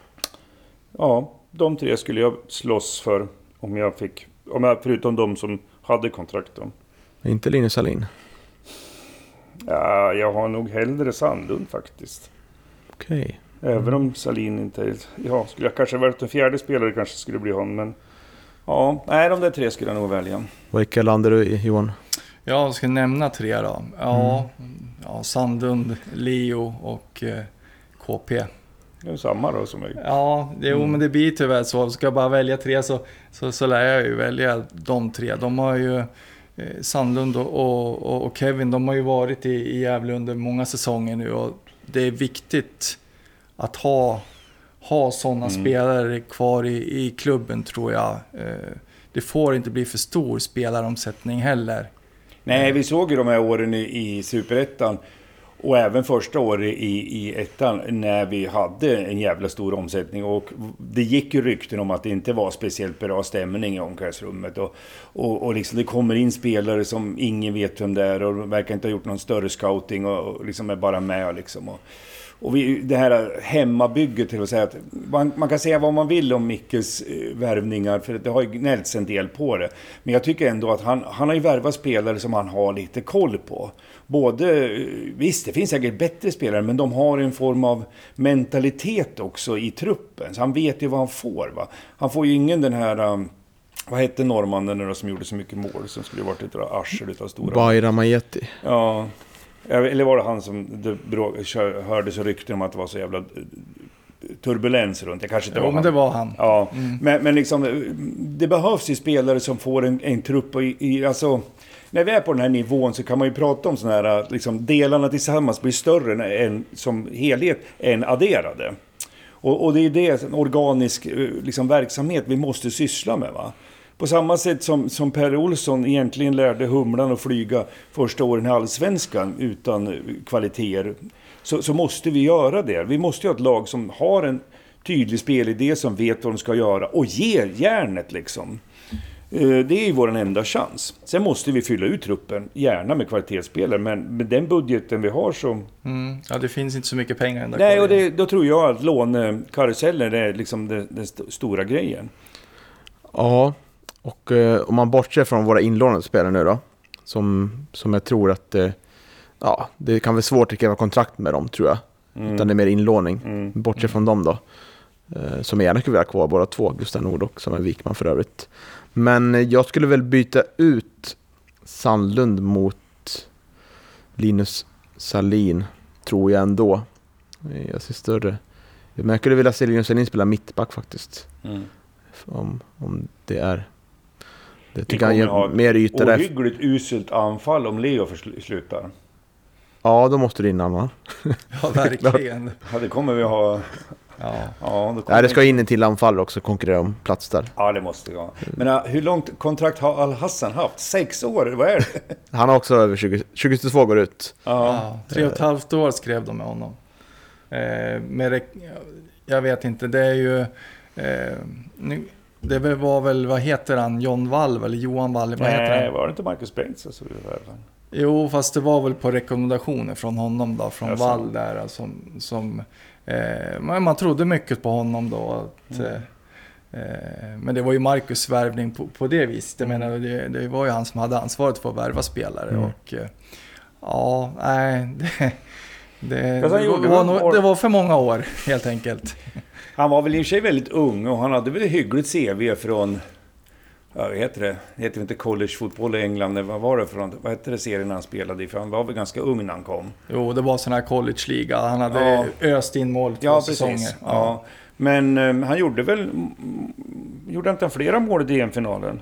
Ja, de tre skulle jag slåss för. Om jag fick. Om jag, förutom de som hade kontrakt då. inte Linus Salin. Ja, jag har nog hellre Sandlund faktiskt. Okej. Även om Salin inte är... Ja, skulle jag kanske varit en fjärde spelare kanske skulle bli hon. Men ja, nej, de där tre skulle jag nog välja. Vilka landar du i Johan? Ja, jag ska nämna tre då. Ja, ja Sandlund, Leo och eh, K P. Det är samma då som jag... Ja, det, jo, men det blir tyvärr så. Ska jag bara välja tre så, så, så lär jag ju välja de tre. De har ju eh, Sandlund och, och, och Kevin, de har ju varit i, i Gävle under många säsonger nu och det är viktigt att ha, ha sådana Mm. spelare kvar i, i klubben tror jag. Eh, det får inte bli för stor spelaromsättning heller. Nej, vi såg ju de här åren i, i Superettan och även första året i, i ettan när vi hade en jävla stor omsättning och det gick ju rykten om att det inte var speciellt bra stämning i omklädningsrummet och, och, och liksom det kommer in spelare som ingen vet vem det är och verkar inte ha gjort någon större scouting och, och liksom är bara med liksom och, och vi, det här hemmabygget till att säga att man, man kan säga vad man vill om Mickes eh, värvningar för det har ju gnällts en del på det. Men jag tycker ändå att han, han har ju värvat spelare som han har lite koll på. Både, eh, visst det finns säkert bättre spelare men de har en form av mentalitet också i truppen. Så han vet ju vad han får va. Han får ju ingen den här... Um, vad hette norrmannen som gjorde så mycket mål som skulle varit ett arsel utav stora... Bayram Ajeti. Ja, eller var det han som det hörde så rykten om att det var så jävla turbulens runt? Det kanske inte Jo, var men han. det var han. Ja, Mm. men, men liksom det behövs ju spelare som får en, en trupp i, i, alltså när vi är på den här nivån så kan man ju prata om sådana här liksom delarna tillsammans blir större än som helhet än adderade. Och, och det är det, en organisk liksom, verksamhet vi måste syssla med va. På samma sätt som, som Per Olsson egentligen lärde humlan att flyga första åren i Allsvenskan utan kvaliteter så, så måste vi göra det. Vi måste ju ha ett lag som har en tydlig spelidé som vet vad de ska göra och ger järnet liksom. Det är ju vår enda chans. Sen måste vi fylla ut truppen, gärna med kvalitetsspelare, men med den budgeten vi har så... Mm. Ja, det finns inte så mycket pengar ända Nej, kvar. och det, då tror jag att lånekarusellen är liksom den, den st- stora grejen. Ja, och eh, om man bortser från våra inlånade spelare nu då, som, som jag tror att eh, ja, det kan vara svårt att skriva kontrakt med dem tror jag. Mm. Utan det är mer inlåning. Mm. Bortser från dem då. Eh, som jag gärna skulle vilja ha kvar, båda två. Gustav Nordok som är Wikman för övrigt. Men eh, jag skulle väl byta ut Sandlund mot Linus Salin, tror jag ändå. Eh, Jag ser större. Men jag skulle vilja se Linus Salin spela mittback faktiskt. Mm. Om, om det är... Det Vi tycker jag kommer ger ha mer yta där. ohyggligt uselt anfall om Leo försl- slutar. Ja, då måste det in annan. Ja, verkligen. Ja, det kommer vi ha... Ja. Ja, då kommer Nej, det ska in en till anfall också, konkurrera om plats där. Ja, det måste vi ha. Men uh, hur långt kontrakt har Al-Hassan haft? Sex år, vad är det? Han har också över tjugo, tjugotvå går ut. Ja. Ja, tre och ett halvt år skrev de med honom. Eh, med det, jag vet inte, det är ju... Eh, nu, Det var väl, vad heter han? John Wall eller Johan Wall? Vad heter Nej, han? var det inte Marcus Bengtsson? Så Jo, fast det var väl på rekommendationer från honom då, från Ja, Wall där, som, som eh, men man trodde mycket på honom då. Att, Mm. eh, men det var ju Marcus värvning på, på det viset. Jag menar, det, det var ju han som hade ansvaret för att värva spelare. Mm. Och eh, ja, nej, det, det, Fast han det, gjorde var, väl- nog- det var för många år, helt enkelt. Han var väl i och för sig väldigt ung och han hade väl ett hyggligt C V från, ja, vad heter det? Det heter inte collegefotboll i England. Vad var det för något? Vad hette det serien han spelade i? För han var väl ganska ung när han kom. Jo, det var sån här college-liga. Han hade Ja. öst in mål två Ja, säsonger. precis. Ja. Men um, han gjorde väl... mm, Gjorde inte han flera mål i D M-finalen?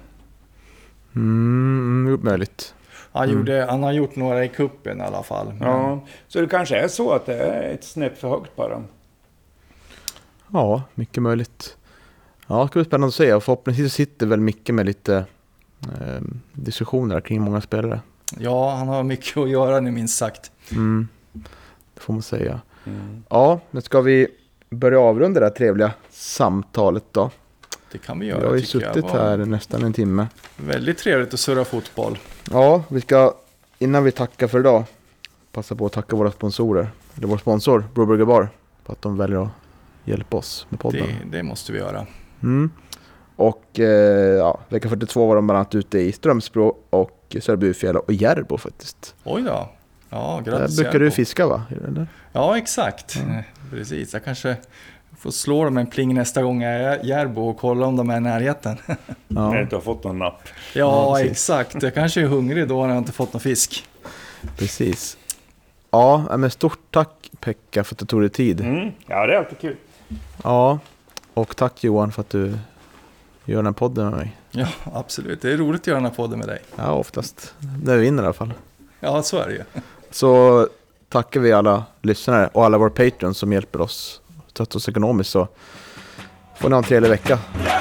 Mm, möjligt. Han, Mm. gjorde, han har gjort några i kuppen i alla fall. Men, Ja. Så det kanske är så att det är ett snäpp för högt bara. Ja, mycket möjligt. Ja, det ska bli spännande att se. Och förhoppningsvis sitter väl mycket med lite eh, diskussioner kring många spelare. ja, han har mycket att göra nu, minst sagt. Mm, det får man säga. Mm. Ja, nu ska vi börja avrunda det här trevliga samtalet då. Det kan vi Vi göra, har ju tycker jag. suttit Var här nästan en timme. Väldigt trevligt att surra fotboll. Ja, vi ska innan vi tackar för idag passa på att tacka våra sponsorer. Eller vår sponsor, Broburger Bar, för att de väljer att hjälpa oss med podden. Det, det måste vi göra. Mm. Och eh, ja, vecka fyrtiotvå var de bland annat ute i Strömsbro och Söderbufjäll och Järbo faktiskt. Oj då. Ja, Där grattis. brukar du Järbo. fiska, va? Eller? Ja, exakt. Eh, Precis. Jag kanske får slå dem en pling nästa gång jag är i Järbo och kolla om de är i närheten. När du Ja, inte har fått någon napp. Ja, Ja, precis. exakt. Jag kanske är hungrig då när jag inte fått någon fisk. precis. Ja, men stort tack Pekka för att du tog dig tid. Mm. Ja, det är alltid kul. Ja, och tack Johan för att du gör den här podden med mig. Ja, absolut. Det är roligt att göra den här podden med dig. Ja, oftast. När vi vinner i alla fall. Ja, så är det ju. Så tackar vi alla lyssnare och alla våra patrons som hjälper oss, stöttar oss ekonomiskt, så får ni ha en trevlig vecka.